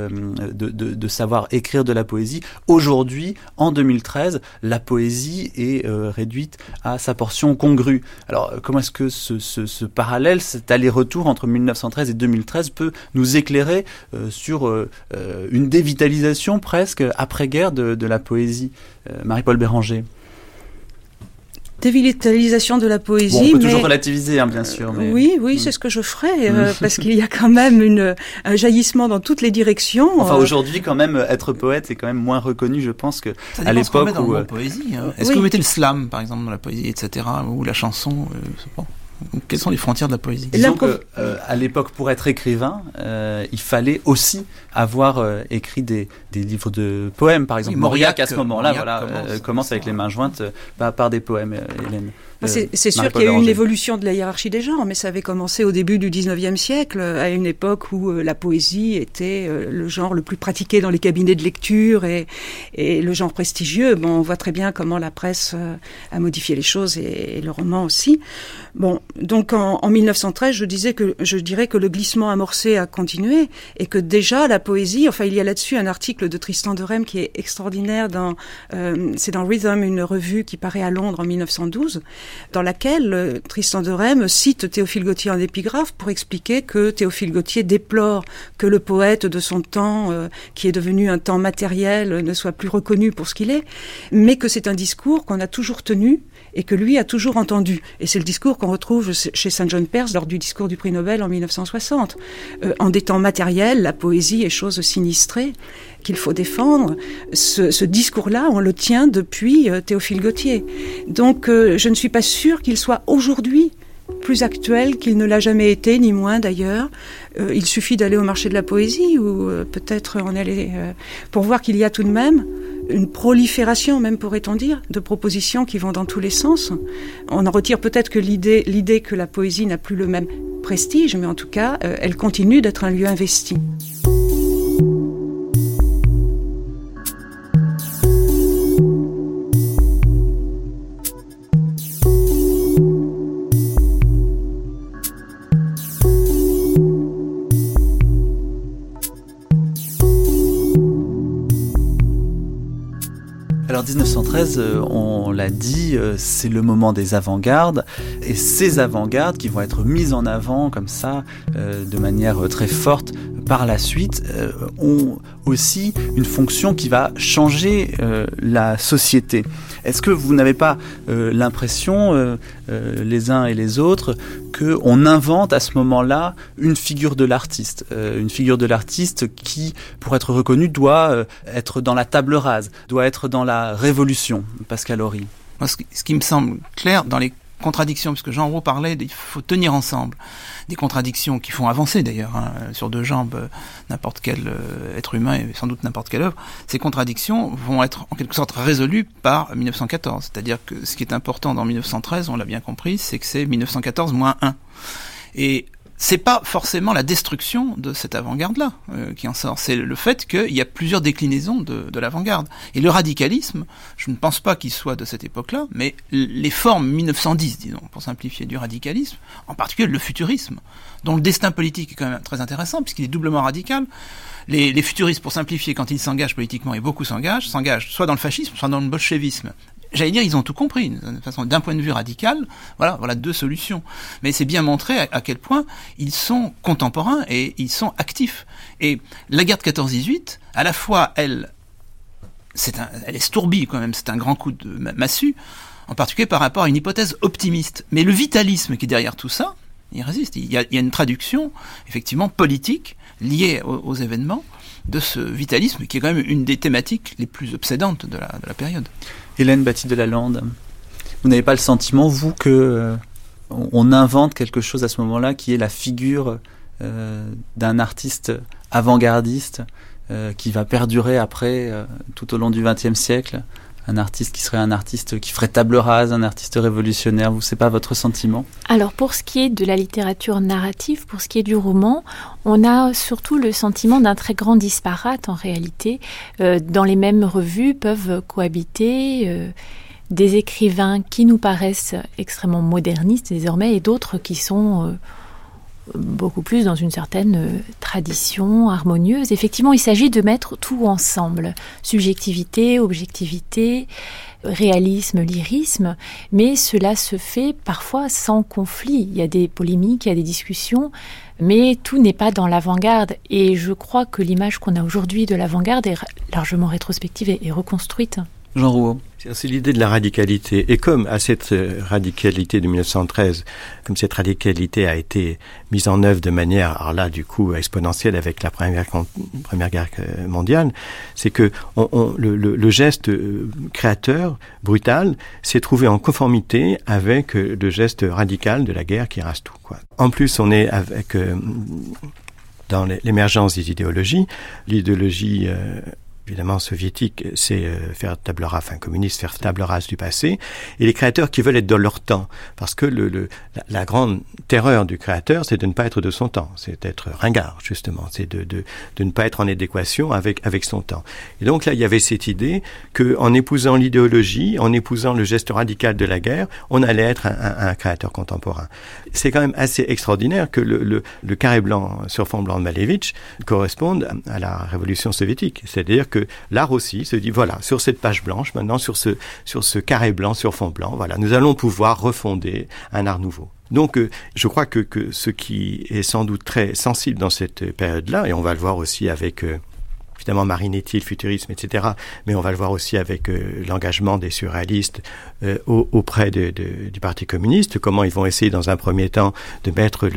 de savoir écrire de la poésie, aujourd'hui, en 2013, la poésie est réduite à sa portion congrue. Alors comment est-ce que ce parallèle, cet aller-retour entre 1913 et 2013 peut nous éclairer sur une dévitalisation presque après-guerre de la poésie. Marie-Paul Béranger. Dévitalisation de la poésie. Bon, on peut toujours relativiser, bien sûr. Mais... Oui, c'est ce que je ferai, parce qu'il y a quand même un jaillissement dans toutes les directions. Enfin, aujourd'hui, quand même, être poète est quand même moins reconnu, je pense, que à l'époque où... dans la poésie. Est-ce que vous mettez le slam, par exemple, dans la poésie, etc., ou la chanson, je sais pas. Quelles sont les frontières de la poésie ? Disons que, à l'époque, pour être écrivain, il fallait aussi avoir écrit des livres de poèmes, par exemple. Mauriac, à ce moment-là, commence avec les mains jointes par des poèmes, Hélène. C'est sûr qu'il y a eu une évolution de la hiérarchie des genres, mais ça avait commencé au début du 19e siècle, à une époque où la poésie était le genre le plus pratiqué dans les cabinets de lecture et le genre prestigieux. Bon, on voit très bien comment la presse a modifié les choses et le roman aussi. Bon, donc en 1913, je dirais que le glissement amorcé a continué et que déjà la poésie, enfin il y a là-dessus un article de Tristan de Rheims qui est extraordinaire c'est dans Rhythm, une revue qui paraît à Londres en 1912, dans laquelle Tristan de Rheims cite Théophile Gautier en épigraphe pour expliquer que Théophile Gautier déplore que le poète de son temps, qui est devenu un temps matériel, ne soit plus reconnu pour ce qu'il est, mais que c'est un discours qu'on a toujours tenu et que lui a toujours entendu. Et c'est le discours qu'on retrouve chez St. John Perse lors du discours du prix Nobel en 1960. En des temps matériels, la poésie est chose sinistrée qu'il faut défendre. Ce discours-là, on le tient depuis Théophile Gautier. Donc je ne suis pas sûre qu'il soit aujourd'hui plus actuel qu'il ne l'a jamais été, ni moins d'ailleurs. Il suffit d'aller au marché de la poésie, ou peut-être en aller pour voir qu'il y a tout de même une prolifération, même pourrait-on dire, de propositions qui vont dans tous les sens. On en retire peut-être que l'idée que la poésie n'a plus le même prestige, mais en tout cas, elle continue d'être un lieu investi. Alors 1913, on l'a dit, c'est le moment des avant-gardes, et ces avant-gardes qui vont être mises en avant comme ça, de manière très forte par la suite, ont aussi une fonction qui va changer la société. Est-ce que vous n'avez pas l'impression, les uns et les autres, qu'on invente à ce moment-là une figure de l'artiste qui, pour être reconnue, doit être dans la table rase, doit être dans la révolution? Pascal Horry. Moi, ce qui me semble clair dans les contradictions, puisque Jean Rouault parlait il faut tenir ensemble, des contradictions qui font avancer d'ailleurs, sur deux jambes, n'importe quel être humain et sans doute n'importe quelle œuvre. Ces contradictions vont être en quelque sorte résolues par 1914. C'est-à-dire que ce qui est important dans 1913, on l'a bien compris, c'est que c'est 1914 moins 1. Et c'est pas forcément la destruction de cette avant-garde-là qui en sort, c'est le fait qu'il y a plusieurs déclinaisons de l'avant-garde. Et le radicalisme, je ne pense pas qu'il soit de cette époque-là, mais les formes 1910, disons, pour simplifier, du radicalisme, en particulier le futurisme, dont le destin politique est quand même très intéressant, puisqu'il est doublement radical. Les futuristes, pour simplifier, quand ils s'engagent politiquement, et beaucoup s'engagent soit dans le fascisme, soit dans le bolchevisme. J'allais dire, ils ont tout compris. De façon, d'un point de vue radical, voilà deux solutions. Mais c'est bien montré à quel point ils sont contemporains et ils sont actifs. Et la guerre de 14-18, à la fois, elle est stourbie quand même, c'est un grand coup de massue, en particulier par rapport à une hypothèse optimiste. Mais le vitalisme qui est derrière tout ça, il résiste. Il y a une traduction, effectivement, politique, liée aux événements, de ce vitalisme qui est quand même une des thématiques les plus obsédantes de la période. Hélène Batty-Delalande, vous n'avez pas le sentiment, vous, que on invente quelque chose à ce moment-là qui est la figure d'un artiste avant-gardiste qui va perdurer après, tout au long du XXe siècle, un artiste qui serait un artiste qui ferait table rase, un artiste révolutionnaire? Vous, c'est pas votre sentiment? Alors, pour ce qui est de la littérature narrative, pour ce qui est du roman, on a surtout le sentiment d'un très grand disparate en réalité. Dans les mêmes revues peuvent cohabiter des écrivains qui nous paraissent extrêmement modernistes désormais et d'autres qui sont beaucoup plus dans une certaine tradition harmonieuse. Effectivement, il s'agit de mettre tout ensemble. Subjectivité, objectivité, réalisme, lyrisme, mais cela se fait parfois sans conflit. Il y a des polémiques, il y a des discussions, mais tout n'est pas dans l'avant-garde. Et je crois que l'image qu'on a aujourd'hui de l'avant-garde est largement rétrospective et reconstruite. Jean Rouault. C'est l'idée de la radicalité. Et comme à cette radicalité de 1913, comme cette radicalité a été mise en œuvre de manière, alors là, du coup, exponentielle avec la Première Guerre mondiale, c'est que le geste créateur, brutal, s'est trouvé en conformité avec le geste radical de la guerre qui rase tout, quoi. En plus, on est avec, dans l'émergence des idéologies, l'idéologie évidemment soviétique, c'est faire table rase, communiste, faire table rase du passé, et les créateurs qui veulent être dans leur temps, parce que la grande terreur du créateur, c'est de ne pas être de son temps, c'est d'être ringard, justement, c'est de ne pas être en adéquation avec son temps. Et donc là, il y avait cette idée qu'en épousant l'idéologie, en épousant le geste radical de la guerre, on allait être un créateur contemporain. C'est quand même assez extraordinaire que le carré blanc sur fond blanc de Malevitch corresponde à la révolution soviétique, c'est-à-dire que l'art aussi se dit, voilà, sur cette page blanche, maintenant sur ce carré blanc sur fond blanc, voilà, nous allons pouvoir refonder un art nouveau. Donc, je crois que ce qui est sans doute très sensible dans cette période-là, et on va le voir aussi avec évidemment Marinetti, le futurisme, etc., mais on va le voir aussi avec l'engagement des surréalistes auprès du Parti communiste, comment ils vont essayer dans un premier temps de mettre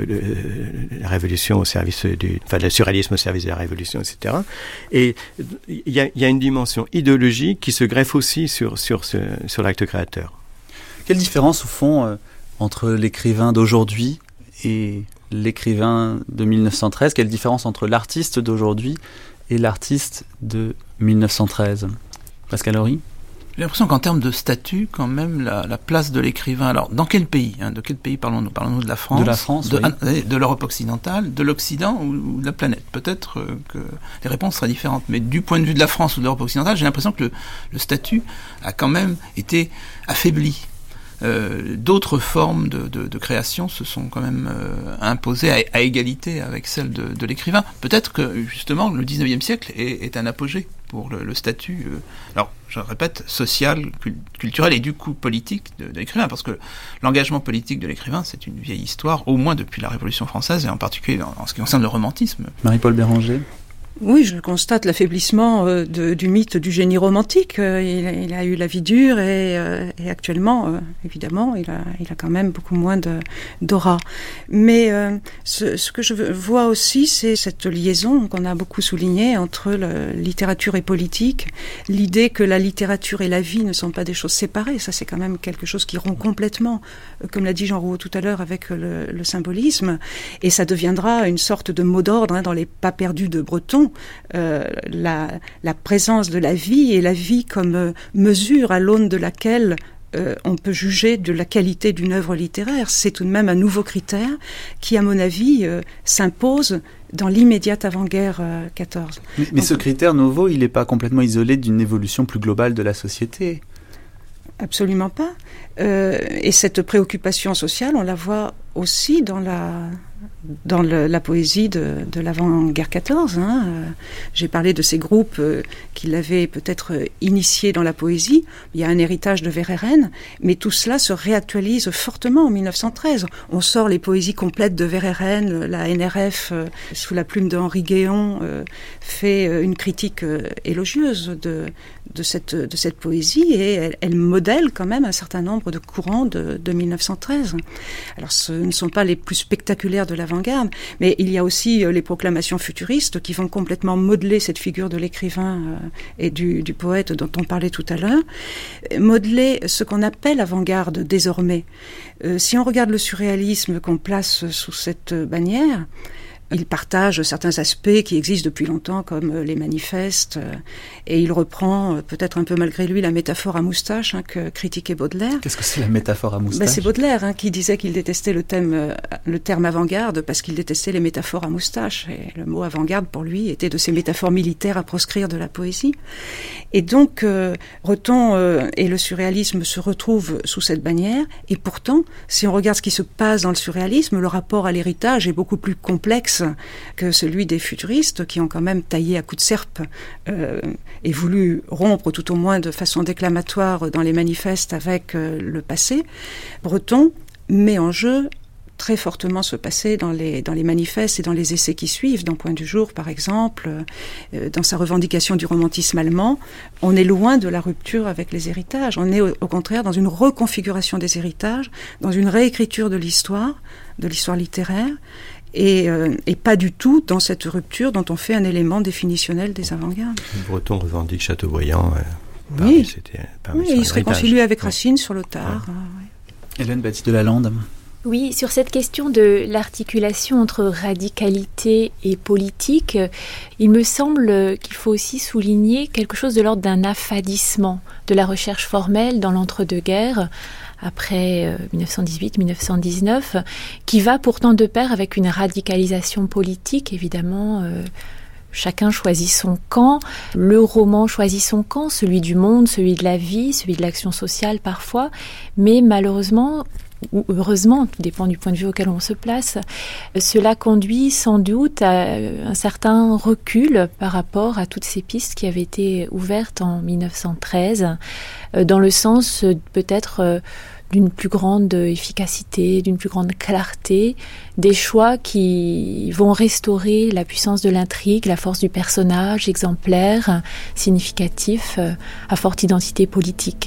la révolution au service le surréalisme au service de la révolution, etc. Et il y a une dimension idéologique qui se greffe aussi sur l'acte créateur. Quelle différence, au fond, entre l'écrivain d'aujourd'hui et l'écrivain de 1913? Quelle différence entre l'artiste d'aujourd'hui et l'artiste de 1913? Pascal Horry? J'ai l'impression qu'en termes de statut, quand même, la place de l'écrivain, alors dans quel pays, de quel pays parlons-nous? Parlons-nous de la France, de la France, oui. De l'Europe occidentale, de l'Occident ou de la planète? Peut-être que les réponses seraient différentes, mais du point de vue de la France ou de l'Europe occidentale, j'ai l'impression que le statut a quand même été affaibli. d'autres formes de création se sont quand même imposées à égalité avec celle de l'écrivain. Peut-être que justement le 19e siècle est un apogée pour le statut, alors je répète, social, culturel et du coup politique de l'écrivain, parce que l'engagement politique de l'écrivain, c'est une vieille histoire, au moins depuis la Révolution française, et en particulier en ce qui concerne le romantisme. Marie-Paul Béranger. Oui, je constate l'affaiblissement du mythe du génie romantique. Il a eu la vie dure et actuellement, évidemment, il a quand même beaucoup moins d'aura. Mais ce que je vois aussi, c'est cette liaison qu'on a beaucoup soulignée entre littérature et politique. L'idée que la littérature et la vie ne sont pas des choses séparées, ça c'est quand même quelque chose qui rompt complètement, comme l'a dit Jean Rouault tout à l'heure, avec le symbolisme. Et ça deviendra une sorte de mot d'ordre dans les pas perdus de Breton. La présence de la vie et la vie comme mesure à l'aune de laquelle on peut juger de la qualité d'une œuvre littéraire. C'est tout de même un nouveau critère qui, à mon avis, s'impose dans l'immédiate avant-guerre 14. Mais ce critère nouveau, il n'est pas complètement isolé d'une évolution plus globale de la société. Absolument pas. Et cette préoccupation sociale, on la voit aussi dans la poésie de l'avant-guerre 14. J'ai parlé de ces groupes qui l'avaient peut-être initié dans la poésie. Il y a un héritage de Verhaeren, mais tout cela se réactualise fortement en 1913. On sort les poésies complètes de Verhaeren, la NRF, sous la plume de Henri Guéon, fait une critique élogieuse de cette poésie, et elle modèle quand même un certain nombre de courants de 1913. Alors ce ne sont pas les plus spectaculaires de l'avant-garde, mais il y a aussi les proclamations futuristes qui vont complètement modeler cette figure de l'écrivain et du poète dont on parlait tout à l'heure, modeler ce qu'on appelle avant-garde désormais. Si on regarde le surréalisme qu'on place sous cette bannière, il partage certains aspects qui existent depuis longtemps, comme les manifestes, et il reprend, peut-être un peu malgré lui, la métaphore à moustache que critiquait Baudelaire. Qu'est-ce que c'est la métaphore à moustache ? C'est Baudelaire qui disait qu'il détestait le terme avant-garde parce qu'il détestait les métaphores à moustache. Et le mot avant-garde, pour lui, était de ces métaphores militaires à proscrire de la poésie. Et donc, Breton et le surréalisme se retrouvent sous cette bannière, et pourtant, si on regarde ce qui se passe dans le surréalisme, le rapport à l'héritage est beaucoup plus complexe que celui des futuristes qui ont quand même taillé à coups de serpe et voulu rompre tout au moins de façon déclamatoire dans les manifestes avec le passé. Breton met en jeu très fortement ce passé dans les manifestes et dans les essais qui suivent, dans Point du jour par exemple, dans sa revendication du romantisme allemand. On est loin de la rupture avec les héritages, on est au contraire dans une reconfiguration des héritages, dans une réécriture de l'histoire littéraire, et pas du tout dans cette rupture dont on fait un élément définitionnel des avant-gardes. Breton revendique Chateaubriand. Oui, il se réconcilie avec Racine sur le tard. Hélène Baptiste de Lalande. Oui, sur cette question de l'articulation entre radicalité et politique, il me semble qu'il faut aussi souligner quelque chose de l'ordre d'un affadissement de la recherche formelle dans l'entre-deux-guerres, après 1918-1919, qui va pourtant de pair avec une radicalisation politique, évidemment. Chacun choisit son camp, le roman choisit son camp, celui du monde, celui de la vie, celui de l'action sociale parfois, mais malheureusement, ou heureusement, tout dépend du point de vue auquel on se place, cela conduit sans doute à un certain recul par rapport à toutes ces pistes qui avaient été ouvertes en 1913, dans le sens peut-être d'une plus grande efficacité, d'une plus grande clarté, des choix qui vont restaurer la puissance de l'intrigue, la force du personnage exemplaire, significatif, à forte identité politique.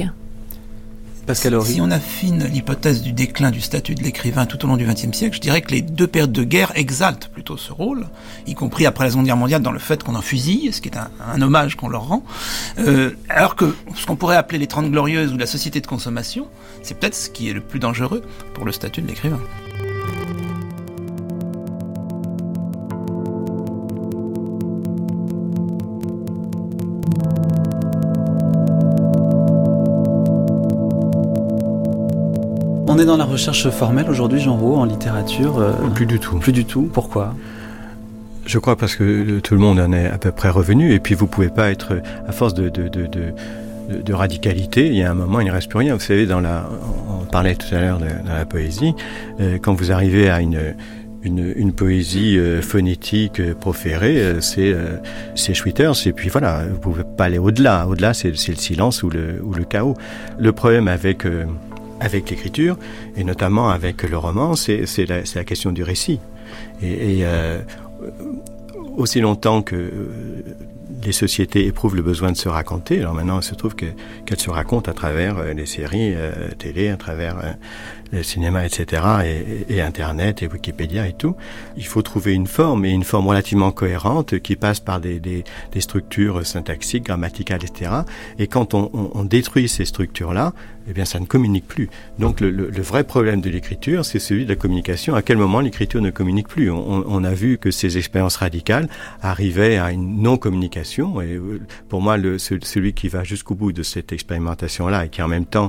Pascal Horry. Si on affine l'hypothèse du déclin du statut de l'écrivain tout au long du XXe siècle, je dirais que les deux périodes de guerre exaltent plutôt ce rôle, y compris après la Seconde Guerre mondiale, dans le fait qu'on en fusille, ce qui est un hommage qu'on leur rend, alors que ce qu'on pourrait appeler les 30 Glorieuses ou la société de consommation, c'est peut-être ce qui est le plus dangereux pour le statut de l'écrivain. On est dans la recherche formelle aujourd'hui, Jean Rouault, en littérature Plus du tout. Plus du tout. Pourquoi ? Je crois parce que tout le monde en est à peu près revenu, et puis vous pouvez pas être, à force de radicalité, il y a un moment, il ne reste plus rien. Vous savez, en parlait tout à l'heure dans la poésie, quand vous arrivez à une poésie phonétique proférée, c'est Schwitters, et puis voilà, vous pouvez pas aller au-delà. Au-delà, c'est le silence ou le chaos. Le problème avec l'écriture, et notamment avec le roman, c'est la question du récit. Et aussi longtemps que les sociétés éprouvent le besoin de se raconter, alors maintenant il se trouve qu'elles se racontent à travers les séries télé, à travers le cinéma, etc., et Internet, et Wikipédia et tout. Il faut trouver une forme, et une forme relativement cohérente qui passe par des structures syntaxiques, grammaticales, etc. Et quand on détruit ces structures-là, eh bien ça ne communique plus. Donc le vrai problème de l'écriture, c'est celui de la communication. À quel moment l'écriture ne communique plus ? On a vu que ces expériences radicales arrivaient à une non-communication, et pour moi, celui qui va jusqu'au bout de cette expérimentation-là, et qui en même temps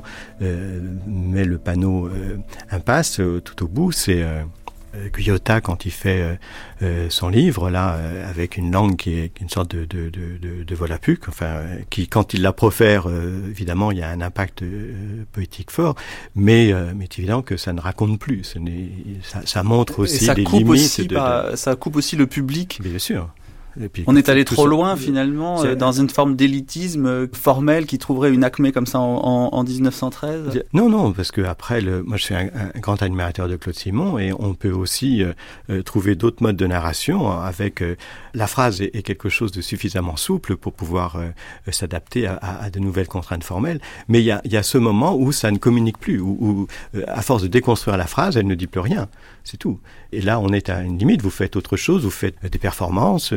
met le panneau impasse tout au bout, c'est Guyotat quand il fait son livre là, avec une langue qui est une sorte de Volapük, enfin qui, quand il la profère, évidemment il y a un impact poétique fort, mais c'est évident que ça ne raconte plus. Ça montre aussi les limites. Aussi ça coupe aussi le public. Bien sûr. On est allé trop loin finalement dans une forme d'élitisme formel qui trouverait une acmé comme ça en 1913. Non, parce que après, moi je suis un grand admirateur de Claude Simon, et on peut aussi trouver d'autres modes de narration avec la phrase est quelque chose de suffisamment souple pour pouvoir s'adapter à de nouvelles contraintes formelles. Mais il y a ce moment où ça ne communique plus, où à force de déconstruire la phrase, elle ne dit plus rien. C'est tout. Et là, on est à une limite. Vous faites autre chose, vous faites des performances,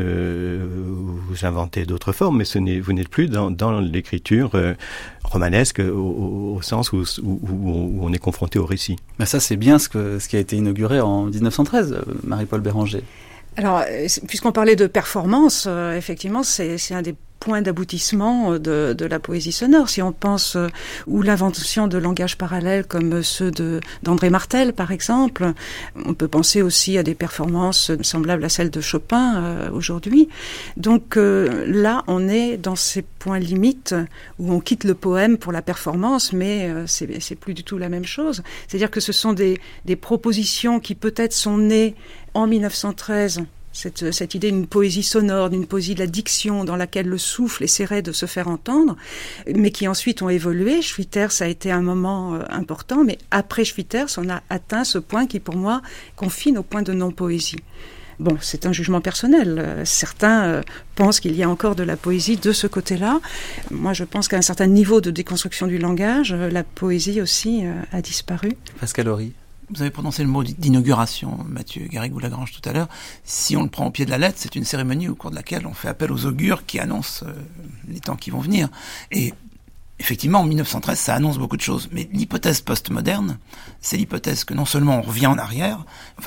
vous inventez d'autres formes, mais vous n'êtes plus dans l'écriture romanesque au sens où on est confronté au récit. Ben ça, c'est bien ce qui a été inauguré en 1913, Marie-Paul Béranger. Alors, puisqu'on parlait de performance, effectivement, c'est un des points d'aboutissement de la poésie sonore. Si on pense ou l'invention de langages parallèles comme ceux d'André Martel, par exemple, on peut penser aussi à des performances semblables à celles de Chopin aujourd'hui. Donc là, on est dans ces points limites où on quitte le poème pour la performance, mais c'est plus du tout la même chose. C'est-à-dire que ce sont des propositions qui peut-être sont nées en 1913, cette idée d'une poésie sonore, d'une poésie de la diction dans laquelle le souffle essaierait de se faire entendre, mais qui ensuite ont évolué. Schwitters a été un moment important, mais après Schwitters, on a atteint ce point qui, pour moi, confine au point de non-poésie. Bon, c'est un jugement personnel. Certains pensent qu'il y a encore de la poésie de ce côté-là. Moi, je pense qu'à un certain niveau de déconstruction du langage, la poésie aussi a disparu. Pascal Horry. Vous avez prononcé le mot d'inauguration, Mathieu Garrigou-Lagrange, tout à l'heure. Si on le prend au pied de la lettre, c'est une cérémonie au cours de laquelle on fait appel aux augures qui annoncent les temps qui vont venir. Et effectivement, en 1913, ça annonce beaucoup de choses. Mais l'hypothèse postmoderne, c'est l'hypothèse que non seulement on revient en arrière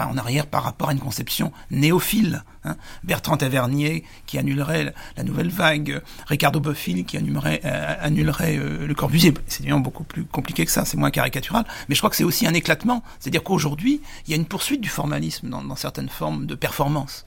par rapport à une conception néophile, hein. Bertrand Tavernier qui annulerait la nouvelle vague, Ricardo Bofill qui annulerait Le Corbusier. C'est évidemment beaucoup plus compliqué que ça, c'est moins caricatural. Mais je crois que c'est aussi un éclatement. C'est-à-dire qu'aujourd'hui, il y a une poursuite du formalisme dans certaines formes de performance.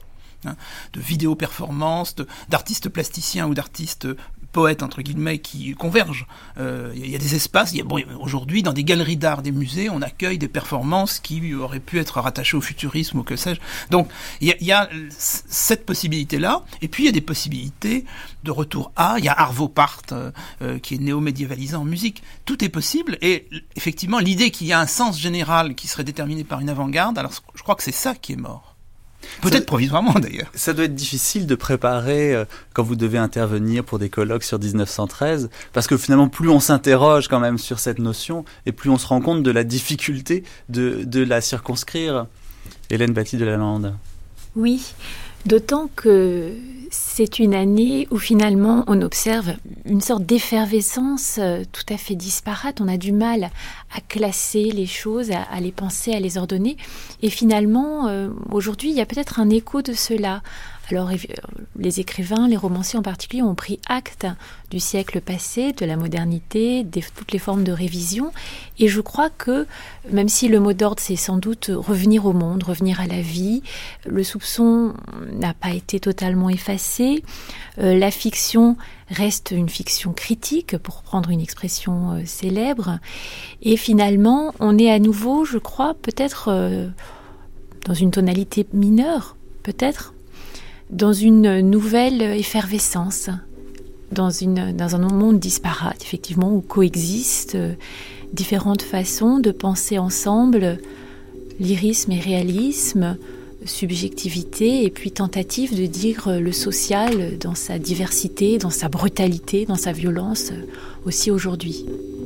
De vidéo-performance, d'artistes plasticiens ou d'artistes poètes, entre guillemets, qui convergent. Il y a des espaces, aujourd'hui, dans des galeries d'art, des musées, on accueille des performances qui auraient pu être rattachées au futurisme ou que sais-je. Donc, il y a cette possibilité-là, et puis il y a des possibilités de retour il y a Arvo Pärt, qui est néo-médiévalisant en musique. Tout est possible, et effectivement, l'idée qu'il y a un sens général qui serait déterminé par une avant-garde, alors je crois que c'est ça qui est mort. Peut-être provisoirement d'ailleurs. Ça doit être difficile de préparer quand vous devez intervenir pour des colloques sur 1913, parce que finalement plus on s'interroge quand même sur cette notion et plus on se rend compte de la difficulté de la circonscrire. Hélène Batty de la Lande. Oui, d'autant que c'est une année où finalement on observe une sorte d'effervescence tout à fait disparate. On a du mal à classer les choses, à les penser, à les ordonner. Et finalement, aujourd'hui, il y a peut-être un écho de cela. Alors, les écrivains, les romanciers en particulier, ont pris acte du siècle passé, de la modernité, de toutes les formes de révision. Et je crois que, même si le mot d'ordre, c'est sans doute revenir au monde, revenir à la vie, le soupçon n'a pas été totalement effacé. La fiction reste une fiction critique, pour prendre une expression célèbre. Et finalement, on est à nouveau, je crois, peut-être dans une tonalité mineure, peut-être, dans une nouvelle effervescence, dans un monde disparate, effectivement, où coexistent différentes façons de penser ensemble, lyrisme et réalisme, subjectivité, et puis tentative de dire le social dans sa diversité, dans sa brutalité, dans sa violence, aussi aujourd'hui.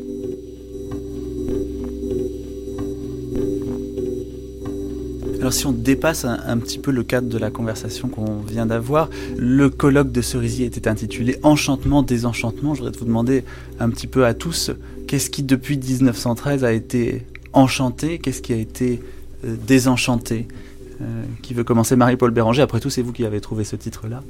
Alors si on dépasse un petit peu le cadre de la conversation qu'on vient d'avoir, le colloque de Cerisy était intitulé « Enchantement, désenchantement ». Je voudrais vous demander un petit peu à tous, qu'est-ce qui depuis 1913 a été enchanté, qu'est-ce qui a été désenchanté ? Qui veut commencer? Marie-Paul Béranger, après tout c'est vous qui avez trouvé ce titre-là.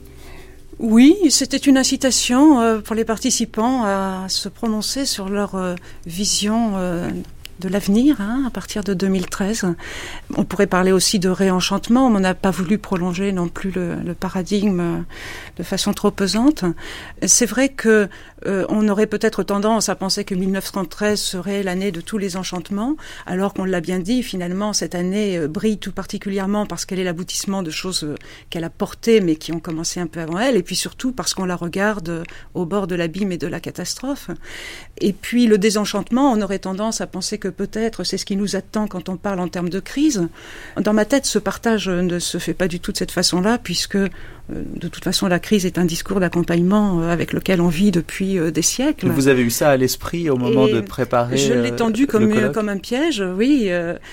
Oui, c'était une incitation pour les participants à se prononcer sur leur vision de l'avenir, à partir de 2013. On pourrait parler aussi de réenchantement, mais on n'a pas voulu prolonger non plus le paradigme de façon trop pesante. C'est vrai que on aurait peut-être tendance à penser que 1913 serait l'année de tous les enchantements, alors qu'on l'a bien dit, finalement, cette année brille tout particulièrement parce qu'elle est l'aboutissement de choses qu'elle a portées, mais qui ont commencé un peu avant elle, et puis surtout parce qu'on la regarde au bord de l'abîme et de la catastrophe. Et puis le désenchantement, on aurait tendance à penser que peut-être c'est ce qui nous attend quand on parle en termes de crise. Dans ma tête, ce partage ne se fait pas du tout de cette façon-là, puisque de toute façon la crise est un discours d'accompagnement avec lequel on vit depuis des siècles. Vous avez eu ça à l'esprit au moment de préparer je l'ai tendu comme un piège, oui,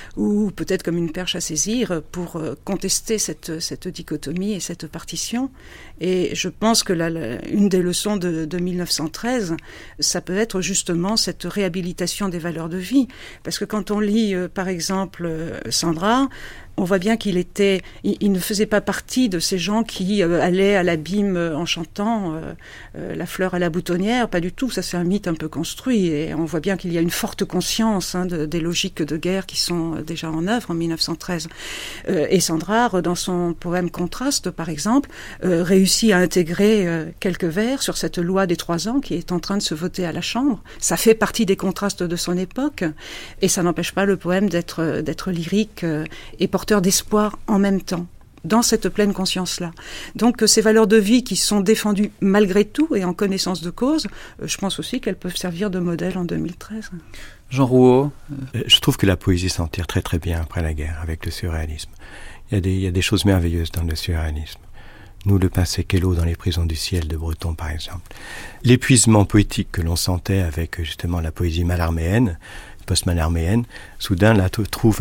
ou peut-être comme une perche à saisir pour contester cette dichotomie et cette partition. Et je pense que une des leçons de 1913, ça peut être justement cette réhabilitation des valeurs de vie. Parce que quand on lit, par exemple, Sandra, on voit bien qu'il ne faisait pas partie de ces gens qui allaient à l'abîme en chantant la fleur à la boutonnière, pas du tout. Ça, c'est un mythe un peu construit, et on voit bien qu'il y a une forte conscience des logiques de guerre qui sont déjà en œuvre en 1913. Et Sandra, dans son poème Contraste, par exemple, réussit à intégrer quelques vers sur cette loi des 3 ans qui est en train de se voter à la Chambre. Ça fait partie des contrastes de son époque, et ça n'empêche pas le poème d'être lyrique et porteur d'espoir en même temps, dans cette pleine conscience-là. Donc ces valeurs de vie qui sont défendues malgré tout et en connaissance de cause, je pense aussi qu'elles peuvent servir de modèle en 2013. Jean Rouault. Je trouve que la poésie s'en tire très très bien après la guerre, avec le surréalisme. Il y a des choses merveilleuses dans le surréalisme. Nous, le pain sec et l'eau dans les prisons du ciel de Breton, par exemple. L'épuisement poétique que l'on sentait avec justement la poésie mallarméenne, post-mallarméenne, soudain là trouve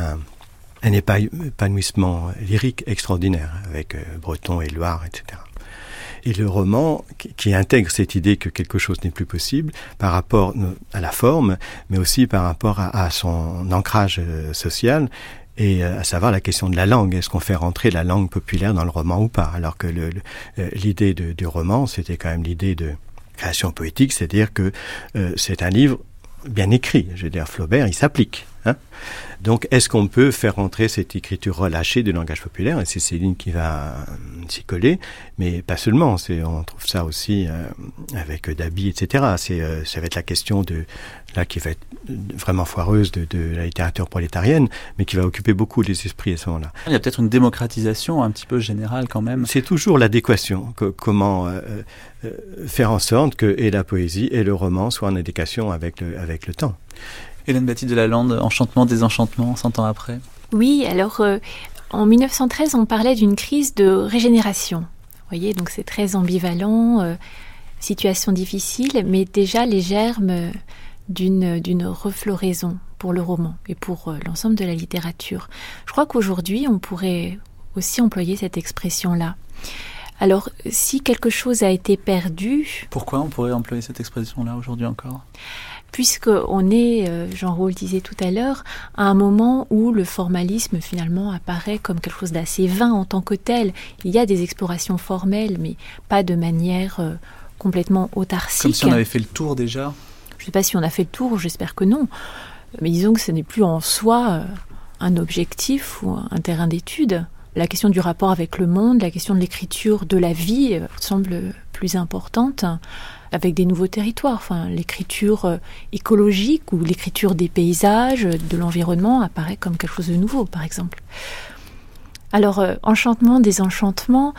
un épanouissement lyrique extraordinaire avec Breton, Éluard, etc. Et le roman qui intègre cette idée que quelque chose n'est plus possible par rapport à la forme, mais aussi par rapport à son ancrage social, et à savoir la question de la langue. Est-ce qu'on fait rentrer la langue populaire dans le roman ou pas? Alors que l'idée du roman, c'était quand même l'idée de création poétique, c'est-à-dire que c'est un livre bien écrit. Je veux dire, Flaubert, il s'applique. Donc, est-ce qu'on peut faire rentrer cette écriture relâchée du langage populaire? Et c'est Céline qui va s'y coller, mais pas seulement. On trouve ça aussi avec Dabi, etc. Ça va être la question qui va être vraiment foireuse de la littérature prolétarienne, mais qui va occuper beaucoup les esprits à ce moment-là. Il y a peut-être une démocratisation un petit peu générale quand même. C'est toujours l'adéquation. Comment faire en sorte que et la poésie et le roman soient en adéquation avec le temps. Hélène Batty de Lalande, enchantement, désenchantement, 100 ans après. Oui, alors en 1913, on parlait d'une crise de régénération. Vous voyez, donc c'est très ambivalent, situation difficile, mais déjà les germes d'une refloraison pour le roman et pour l'ensemble de la littérature. Je crois qu'aujourd'hui, on pourrait aussi employer cette expression-là. Alors, si quelque chose a été perdu... Pourquoi on pourrait employer cette expression-là aujourd'hui encore ? puisqu'on est, Jean Rouault le disait tout à l'heure, à un moment où le formalisme finalement apparaît comme quelque chose d'assez vain en tant que tel. Il y a des explorations formelles, mais pas de manière complètement autarcique. Comme si on avait fait le tour déjà. Je ne sais pas si on a fait le tour, j'espère que non. Mais disons que ce n'est plus en soi un objectif ou un terrain d'étude. La question du rapport avec le monde, la question de l'écriture de la vie semble plus importante, avec des nouveaux territoires. Enfin, l'écriture écologique ou l'écriture des paysages, de l'environnement apparaît comme quelque chose de nouveau, par exemple. Alors, enchantement, désenchantement,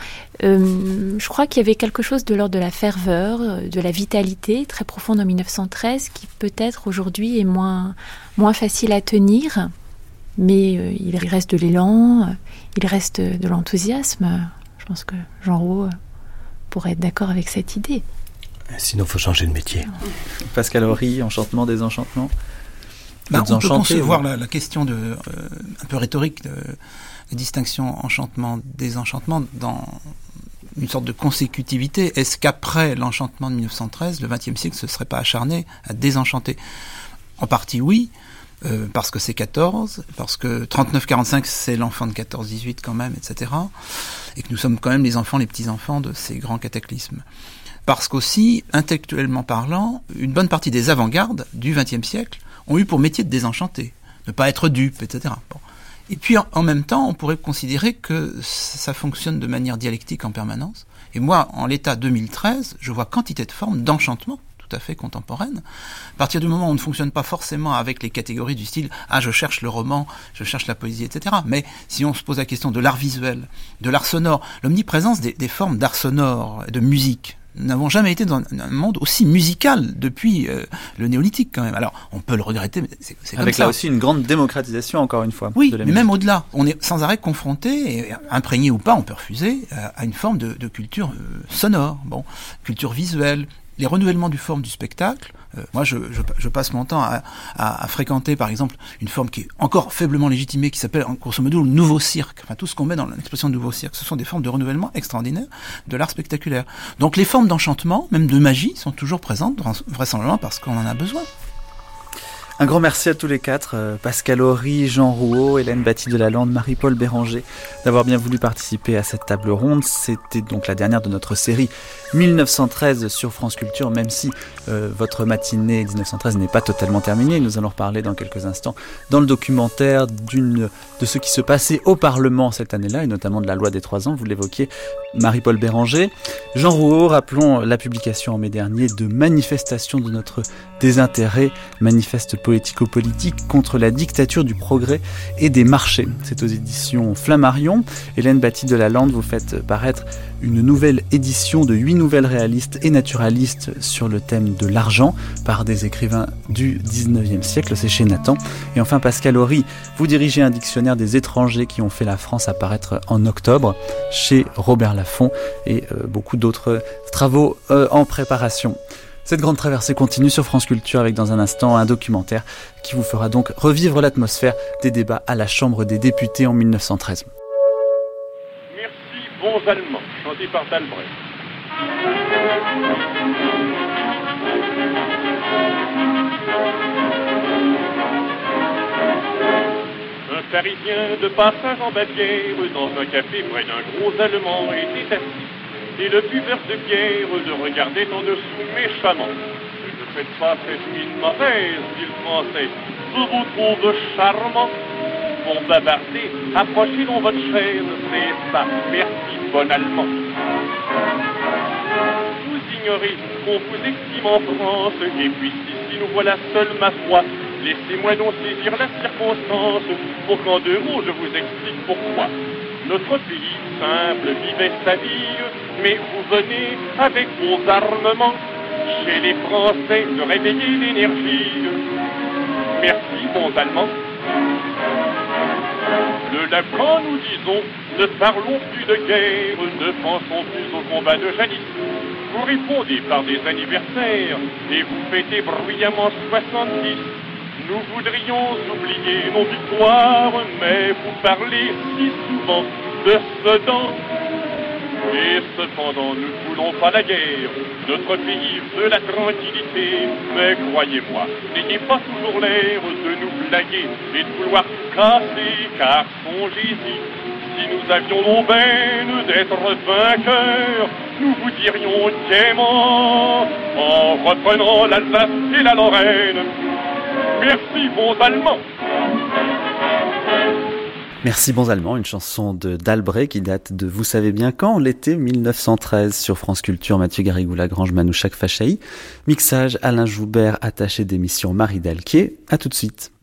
je crois qu'il y avait quelque chose de l'ordre de la ferveur, de la vitalité très profonde en 1913, qui peut-être aujourd'hui est moins facile à tenir, mais il reste de l'élan, il reste de l'enthousiasme. Je pense que Jean Rouault pourrait être d'accord avec cette idée. Sinon, il faut changer de métier. Pascal Horry, enchantement, désenchantement. On peut concevoir la question un peu rhétorique de distinction enchantement, désenchantement dans une sorte de consécutivité. Est-ce qu'après l'enchantement de 1913, le XXe siècle se serait pas acharné à désenchanter ? En partie oui, parce que c'est 14, parce que 39-45 c'est l'enfant de 14-18 quand même, etc. Et que nous sommes quand même les enfants, les petits-enfants de ces grands cataclysmes. Parce qu'aussi, intellectuellement parlant, une bonne partie des avant-gardes du XXe siècle ont eu pour métier de désenchanter, ne pas être dupes, etc. Bon. Et puis en même temps, on pourrait considérer que ça fonctionne de manière dialectique en permanence. Et moi, en l'état 2013, je vois quantité de formes d'enchantement tout à fait contemporaines. À partir du moment où on ne fonctionne pas forcément avec les catégories du style « Ah, je cherche le roman, je cherche la poésie, etc. » Mais si on se pose la question de l'art visuel, de l'art sonore, l'omniprésence des formes d'art sonore, de musique, nous n'avons jamais été dans un monde aussi musical depuis le néolithique quand même. Alors, on peut le regretter, mais c'est comme ça. Avec là aussi une grande démocratisation, encore une fois. Oui, de la mais musique. même au-delà. On est sans arrêt confronté, et imprégné ou pas, on peut refuser, à une forme de culture sonore, culture visuelle, les renouvellements du forme du spectacle. Moi, je passe mon temps à fréquenter, par exemple, une forme qui est encore faiblement légitimée, qui s'appelle, grosso modo, le nouveau cirque. Enfin, tout ce qu'on met dans l'expression de nouveau cirque, ce sont des formes de renouvellement extraordinaires de l'art spectaculaire. Donc, les formes d'enchantement, même de magie, sont toujours présentes, vraisemblablement parce qu'on en a besoin. Un grand merci à tous les quatre, Pascal Horry, Jean Rouault, Hélène Batty-Delalande, Marie-Paul Béranger, d'avoir bien voulu participer à cette table ronde. C'était donc la dernière de notre série 1913 sur France Culture, même si votre matinée 1913 n'est pas totalement terminée. Nous allons reparler dans quelques instants dans le documentaire de ce qui se passait au Parlement cette année-là, et notamment de la loi des 3 ans, vous l'évoquiez, Marie-Paul Béranger. Jean Rouault, rappelons la publication en mai dernier de Manifestation de notre désintérêt, manifeste poético-politique contre la dictature du progrès et des marchés. C'est aux éditions Flammarion. Hélène Batty-Delalande, vous faites paraître une nouvelle édition de 8 nouvelles réalistes et naturalistes sur le thème de l'argent par des écrivains du 19e siècle, c'est chez Nathan. Et enfin Pascal Horry, vous dirigez un dictionnaire des étrangers qui ont fait la France apparaître en octobre chez Robert Laffont et beaucoup d'autres travaux en préparation. Cette grande traversée continue sur France Culture avec dans un instant un documentaire qui vous fera donc revivre l'atmosphère des débats à la Chambre des députés en 1913. Merci, bons Allemands, chanté par Dalbrest. Un Parisien de passage en Bavière, dans un café près d'un gros Allemand, était assis. Et le buveur de bière le regardait en dessous méchamment. Ne faites pas cette mine mauvaise, dit le Français. Je vous trouve charmant. Pour bavarder, approchez donc votre chaise, c'est ça. Merci, bon Allemand. Vous ignorez qu'on vous estime en France, et puis si nous voilà seuls, ma foi, laissez-moi donc saisir la circonstance, pour qu'en 2 mots je vous explique pourquoi. Notre pays simple vivait sa vie, mais vous venez avec vos armements chez les Français de réveiller l'énergie. Merci, bons Allemands. Le Lacan, nous disons, ne parlons plus de guerre, ne pensons plus au combat de jadis. Vous répondez par des anniversaires et vous fêtez bruyamment 70. Nous voudrions oublier nos victoires, mais vous parlez si souvent de Sedan. Et cependant, nous ne voulons pas la guerre. Notre pays veut la tranquillité. Mais croyez-moi, n'ayez pas toujours l'air de nous blaguer et de vouloir tout casser, car songez-y, si nous avions l'aubaine d'être vainqueurs, nous vous dirions gaiement, en reprenant l'Alsace et la Lorraine, merci bons Allemands. Merci bons Allemands, une chanson de d'Albret qui date de vous savez bien quand, l'été 1913 sur France Culture. Mathieu Garrigou-Lagrange, Manouchak Fachaï, mixage Alain Joubert, attaché d'émission Marie Dalquier. À tout de suite.